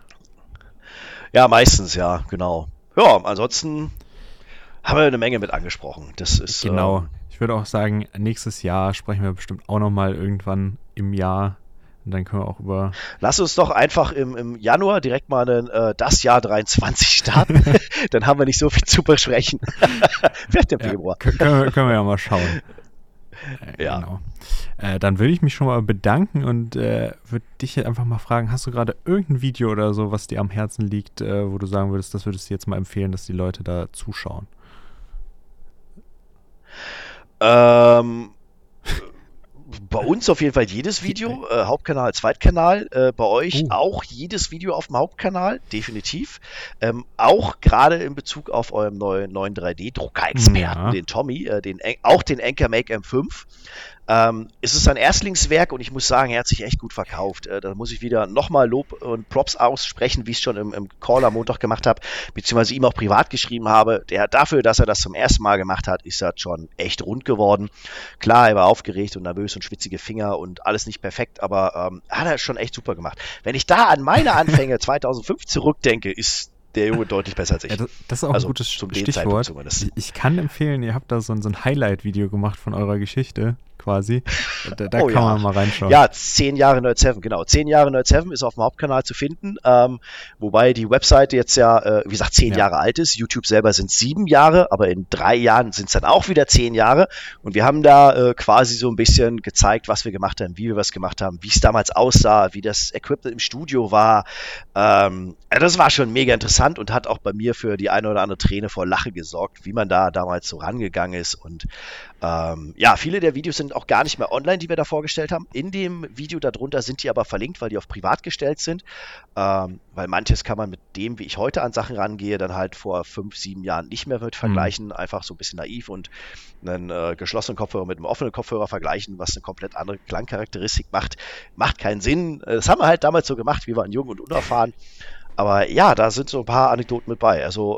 Ja, meistens, ja, genau. Ja, ansonsten haben wir eine Menge mit angesprochen. Das ist genau. Ähm, ich würde auch sagen, nächstes Jahr sprechen wir bestimmt auch nochmal irgendwann im Jahr. Und dann können wir auch über... Lass uns doch einfach im, im Januar direkt mal einen, äh, das Jahr dreiundzwanzig starten. Dann haben wir nicht so viel zu besprechen. Vielleicht im ja, Februar. Können wir, können wir ja mal schauen. Äh, ja. Genau. Äh, dann würde ich mich schon mal bedanken und äh, würde dich jetzt einfach mal fragen, hast du gerade irgendein Video oder so, was dir am Herzen liegt, äh, wo du sagen würdest, das würdest du jetzt mal empfehlen, dass die Leute da zuschauen? Ähm... Bei uns auf jeden Fall jedes Video, äh, Hauptkanal, Zweitkanal, äh, bei euch uh. auch jedes Video auf dem Hauptkanal, definitiv. Ähm, auch gerade in Bezug auf euren neuen, neuen drei D-Drucker-Experten, ja. den Tommy, äh, den, auch den Anker Make M fünf. Ähm, es ist ein Erstlingswerk und ich muss sagen, er hat sich echt gut verkauft. Äh, da muss ich wieder nochmal Lob und Props aussprechen, wie ich es schon im, im Call am Montag gemacht habe, beziehungsweise ihm auch privat geschrieben habe. Der hat dafür, dass er das zum ersten Mal gemacht hat, ist er schon echt rund geworden. Klar, er war aufgeregt und nervös und schwitzige Finger und alles nicht perfekt, aber ähm, hat er schon echt super gemacht. Wenn ich da an meine Anfänge zweitausendfünf zurückdenke, ist der Junge deutlich besser als ich. Ja, das, das ist auch also ein gutes Stichwort. Ich, ich kann empfehlen, ihr habt da so, so ein Highlight-Video gemacht von eurer Geschichte quasi. Da, da oh, kann ja. man mal reinschauen. Ja, zehn Jahre Nerd sieben, genau. zehn Jahre Nerd sieben ist auf dem Hauptkanal zu finden, ähm, wobei die Webseite jetzt ja, äh, wie gesagt, zehn ja. Jahre alt ist. YouTube selber sind sieben Jahre, aber in drei Jahren sind es dann auch wieder zehn Jahre. Und wir haben da äh, quasi so ein bisschen gezeigt, was wir gemacht haben, wie wir was gemacht haben, wie es damals aussah, wie das Equipment im Studio war. Ähm, das war schon mega interessant und hat auch bei mir für die eine oder andere Träne vor Lache gesorgt, wie man da damals so rangegangen ist. Und ähm, ja, viele der Videos sind auch gar nicht mehr online, die wir da vorgestellt haben. In dem Video darunter sind die aber verlinkt, weil die auf privat gestellt sind. Ähm, weil manches kann man mit dem, wie ich heute an Sachen rangehe, dann halt vor fünf, sieben Jahren nicht mehr mit vergleichen. Mhm. Einfach so ein bisschen naiv und einen äh, geschlossenen Kopfhörer mit einem offenen Kopfhörer vergleichen, was eine komplett andere Klangcharakteristik macht. Macht keinen Sinn. Das haben wir halt damals so gemacht, wir waren jung und unerfahren. Aber ja, da sind so ein paar Anekdoten mit bei. Also ähm,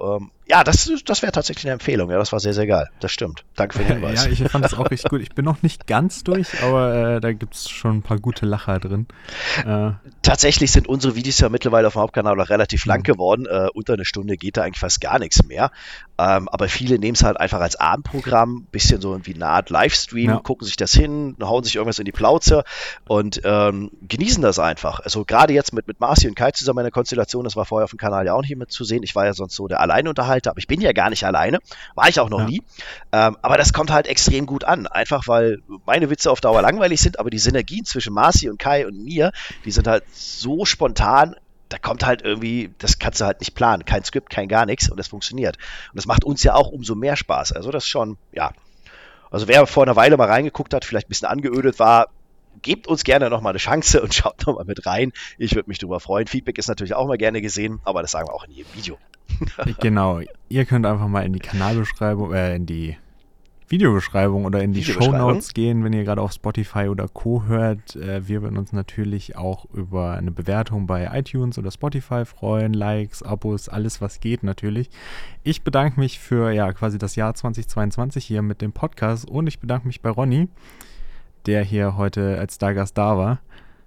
ja, das, das wäre tatsächlich eine Empfehlung. Ja, das war sehr, sehr geil. Das stimmt. Danke für den Hinweis. Ja, ich fand das auch richtig gut. Ich bin noch nicht ganz durch, aber äh, da gibt es schon ein paar gute Lacher drin. Äh, Tatsächlich sind unsere Videos ja mittlerweile auf dem Hauptkanal auch relativ lang geworden. Äh, unter eine Stunde geht da eigentlich fast gar nichts mehr. Ähm, aber viele nehmen es halt einfach als Abendprogramm, bisschen so wie eine Art Livestream, ja. gucken sich das hin, hauen sich irgendwas in die Plauze und ähm, genießen das einfach. Also gerade jetzt mit, mit Marci und Kai zusammen in der Konstellation, das war vorher auf dem Kanal ja auch nicht mit zu sehen. Ich war ja sonst so der Alleinunterhalter, aber ich bin ja gar nicht alleine, war ich auch noch ja. nie. Ähm, aber das kommt halt extrem gut an, einfach weil meine Witze auf Dauer langweilig sind, aber die Synergien zwischen Marci und Kai und mir, die sind halt so spontan, da kommt halt irgendwie, das kannst du halt nicht planen, kein Skript, kein gar nichts und das funktioniert. Und das macht uns ja auch umso mehr Spaß. Also das schon, ja. Also wer vor einer Weile mal reingeguckt hat, vielleicht ein bisschen angeödet war, gebt uns gerne nochmal eine Chance und schaut nochmal mit rein. Ich würde mich drüber freuen. Feedback ist natürlich auch mal gerne gesehen, aber das sagen wir auch in jedem Video. Genau, ihr könnt einfach mal in die Kanalbeschreibung, äh, in die Videobeschreibung oder in die Shownotes gehen, wenn ihr gerade auf Spotify oder Co. hört. Äh, wir würden uns natürlich auch über eine Bewertung bei iTunes oder Spotify freuen, Likes, Abos, alles was geht natürlich. Ich bedanke mich für ja quasi das Jahr zweitausendzweiundzwanzig hier mit dem Podcast und ich bedanke mich bei Ronny, der hier heute als Stargast da war.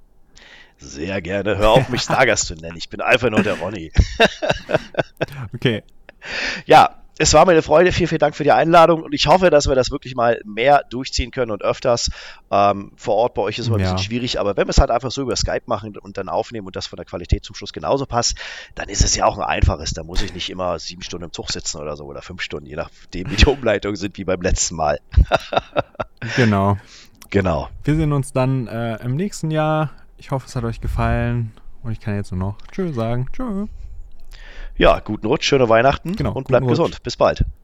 Sehr gerne. Hör auf, mich Stargast zu nennen. Ich bin einfach nur der Ronny. Okay. Ja, es war mir eine Freude. Vielen, vielen Dank für die Einladung und ich hoffe, dass wir das wirklich mal mehr durchziehen können und öfters. Ähm, vor Ort bei euch ist es immer ein ja. bisschen schwierig, aber wenn wir es halt einfach so über Skype machen und dann aufnehmen und das von der Qualität zum Schluss genauso passt, dann ist es ja auch ein einfaches. Da muss ich nicht immer sieben Stunden im Zug sitzen oder so oder fünf Stunden, je nachdem, wie die Umleitungen sind, wie beim letzten Mal. Genau. Genau. Wir sehen uns dann äh, im nächsten Jahr. Ich hoffe, es hat euch gefallen und ich kann jetzt nur noch Tschö sagen. Tschö. Ja, guten Rutsch, schöne Weihnachten genau, und bleibt Rutsch. gesund. Bis bald.